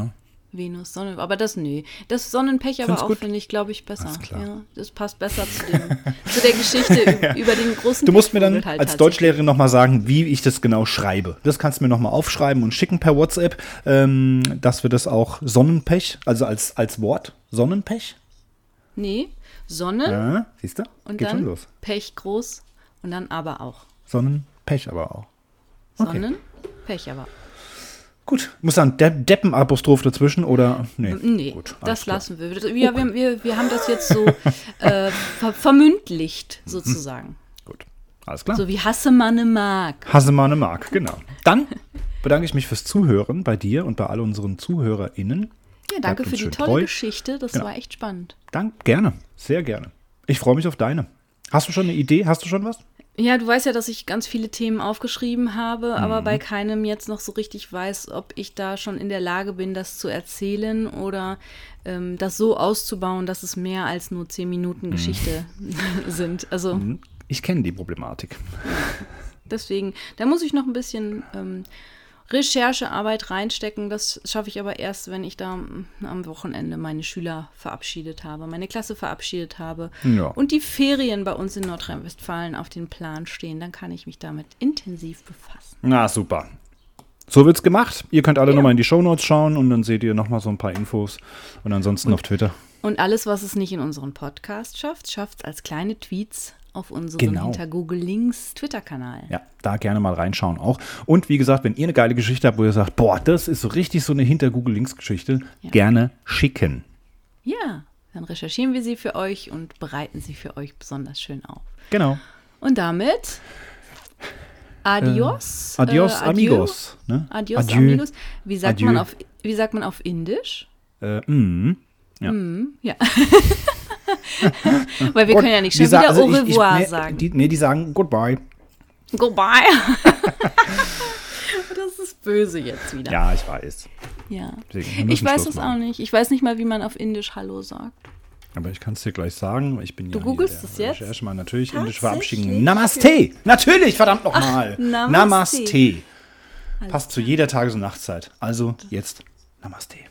[SPEAKER 2] Venus, Sonne, aber das, nee. Das Sonnenpech aber
[SPEAKER 1] Find's
[SPEAKER 2] auch,
[SPEAKER 1] gut?
[SPEAKER 2] finde ich, glaube ich, besser.
[SPEAKER 1] Alles klar.
[SPEAKER 2] Ja, das passt besser zu, dem, zu der Geschichte ü- über den großen
[SPEAKER 1] Du musst mir dann
[SPEAKER 2] Pechvogel halt
[SPEAKER 1] als
[SPEAKER 2] tatsächlich.
[SPEAKER 1] Deutschlehrerin nochmal sagen, wie ich das genau schreibe. Das kannst du mir nochmal aufschreiben und schicken per WhatsApp, ähm, dass wir das auch Sonnenpech, also als, als Wort, Sonnenpech.
[SPEAKER 2] Nee, Sonne
[SPEAKER 1] Ja, siehst du?
[SPEAKER 2] und
[SPEAKER 1] Geht schon
[SPEAKER 2] dann
[SPEAKER 1] los.
[SPEAKER 2] Pech groß und dann aber auch.
[SPEAKER 1] Sonnenpech aber auch. Okay.
[SPEAKER 2] Sonnen, Pech aber.
[SPEAKER 1] Gut. Muss dann De Deppen-Apostroph dazwischen oder? Nee.
[SPEAKER 2] Nee,
[SPEAKER 1] Gut, alles
[SPEAKER 2] das
[SPEAKER 1] klar.
[SPEAKER 2] lassen wir. Wir, wir, wir. wir haben das jetzt so äh, ver vermündlicht, sozusagen.
[SPEAKER 1] Gut. Alles klar.
[SPEAKER 2] So wie Hassemanne mag.
[SPEAKER 1] Hassemane Mark, genau. Dann bedanke ich mich fürs Zuhören bei dir und bei all unseren ZuhörerInnen.
[SPEAKER 2] Ja, danke
[SPEAKER 1] Bleibt uns
[SPEAKER 2] für die
[SPEAKER 1] schön
[SPEAKER 2] tolle
[SPEAKER 1] treu.
[SPEAKER 2] Geschichte. Das
[SPEAKER 1] Genau.
[SPEAKER 2] war echt spannend.
[SPEAKER 1] Dank, gerne. Sehr gerne. Ich freue mich auf deine. Hast du schon eine Idee? Hast du schon was?
[SPEAKER 2] Ja, du weißt ja, dass ich ganz viele Themen aufgeschrieben habe, aber bei keinem jetzt noch so richtig weiß, ob ich da schon in der Lage bin, das zu erzählen oder ähm, das so auszubauen, dass es mehr als nur zehn Minuten Geschichte sind. Also
[SPEAKER 1] Ich kenne die Problematik.
[SPEAKER 2] deswegen, da muss ich noch ein bisschen ähm, Recherchearbeit reinstecken. Das schaffe ich aber erst, wenn ich da mm, am Wochenende meine Schüler verabschiedet habe, meine Klasse verabschiedet habe
[SPEAKER 1] Ja.
[SPEAKER 2] und die Ferien bei uns in Nordrhein-Westfalen auf den Plan stehen. Dann kann ich mich damit intensiv befassen.
[SPEAKER 1] Na, super. So wird's gemacht. Ihr könnt alle
[SPEAKER 2] Ja.
[SPEAKER 1] nochmal in die Shownotes schauen und dann seht ihr nochmal so ein paar Infos. Und ansonsten auf Twitter.
[SPEAKER 2] Und alles, was es nicht in unseren Podcast schafft, schafft es als kleine Tweets auf unserem
[SPEAKER 1] Genau.
[SPEAKER 2] Hinter Google Links Twitter-Kanal.
[SPEAKER 1] Ja, da gerne mal reinschauen auch. Und wie gesagt, wenn ihr eine geile Geschichte habt, wo ihr sagt, boah, das ist so richtig so eine Hinter-Google-Links-Geschichte,
[SPEAKER 2] Ja.
[SPEAKER 1] gerne schicken.
[SPEAKER 2] Ja, dann recherchieren wir sie für euch und bereiten sie für euch besonders schön auf.
[SPEAKER 1] Genau.
[SPEAKER 2] Und damit adios.
[SPEAKER 1] Äh, adios,
[SPEAKER 2] äh, adieu.
[SPEAKER 1] amigos. Ne?
[SPEAKER 2] Adios,
[SPEAKER 1] Adieu.
[SPEAKER 2] amigos. Wie sagt,
[SPEAKER 1] Adieu.
[SPEAKER 2] man auf, wie sagt man auf Indisch?
[SPEAKER 1] Äh, mm. Ja.
[SPEAKER 2] Ja. Weil wir
[SPEAKER 1] Gut,
[SPEAKER 2] können ja nicht
[SPEAKER 1] die
[SPEAKER 2] schon
[SPEAKER 1] sa-
[SPEAKER 2] wieder
[SPEAKER 1] also
[SPEAKER 2] au
[SPEAKER 1] ich- ich-
[SPEAKER 2] revoir
[SPEAKER 1] nee,
[SPEAKER 2] sagen.
[SPEAKER 1] Die, nee, die sagen goodbye.
[SPEAKER 2] Goodbye. Das ist böse jetzt wieder.
[SPEAKER 1] Ja, ich weiß.
[SPEAKER 2] Ja.
[SPEAKER 1] Deswegen, wir
[SPEAKER 2] Ich
[SPEAKER 1] müssen
[SPEAKER 2] weiß
[SPEAKER 1] Schluss
[SPEAKER 2] es auch
[SPEAKER 1] machen.
[SPEAKER 2] nicht. Ich weiß nicht mal, wie man auf Indisch Hallo sagt.
[SPEAKER 1] Aber ich kann es dir gleich sagen. weil Ich bin
[SPEAKER 2] Du
[SPEAKER 1] ja
[SPEAKER 2] googelst
[SPEAKER 1] hier der
[SPEAKER 2] es jetzt?
[SPEAKER 1] Recherche mal natürlich indisch
[SPEAKER 2] Tatsächlich?
[SPEAKER 1] verabschieden. Namaste. Natürlich, verdammt nochmal.
[SPEAKER 2] Namaste.
[SPEAKER 1] Namaste. Passt zu jeder Tages- und Nachtzeit. Also jetzt Namaste.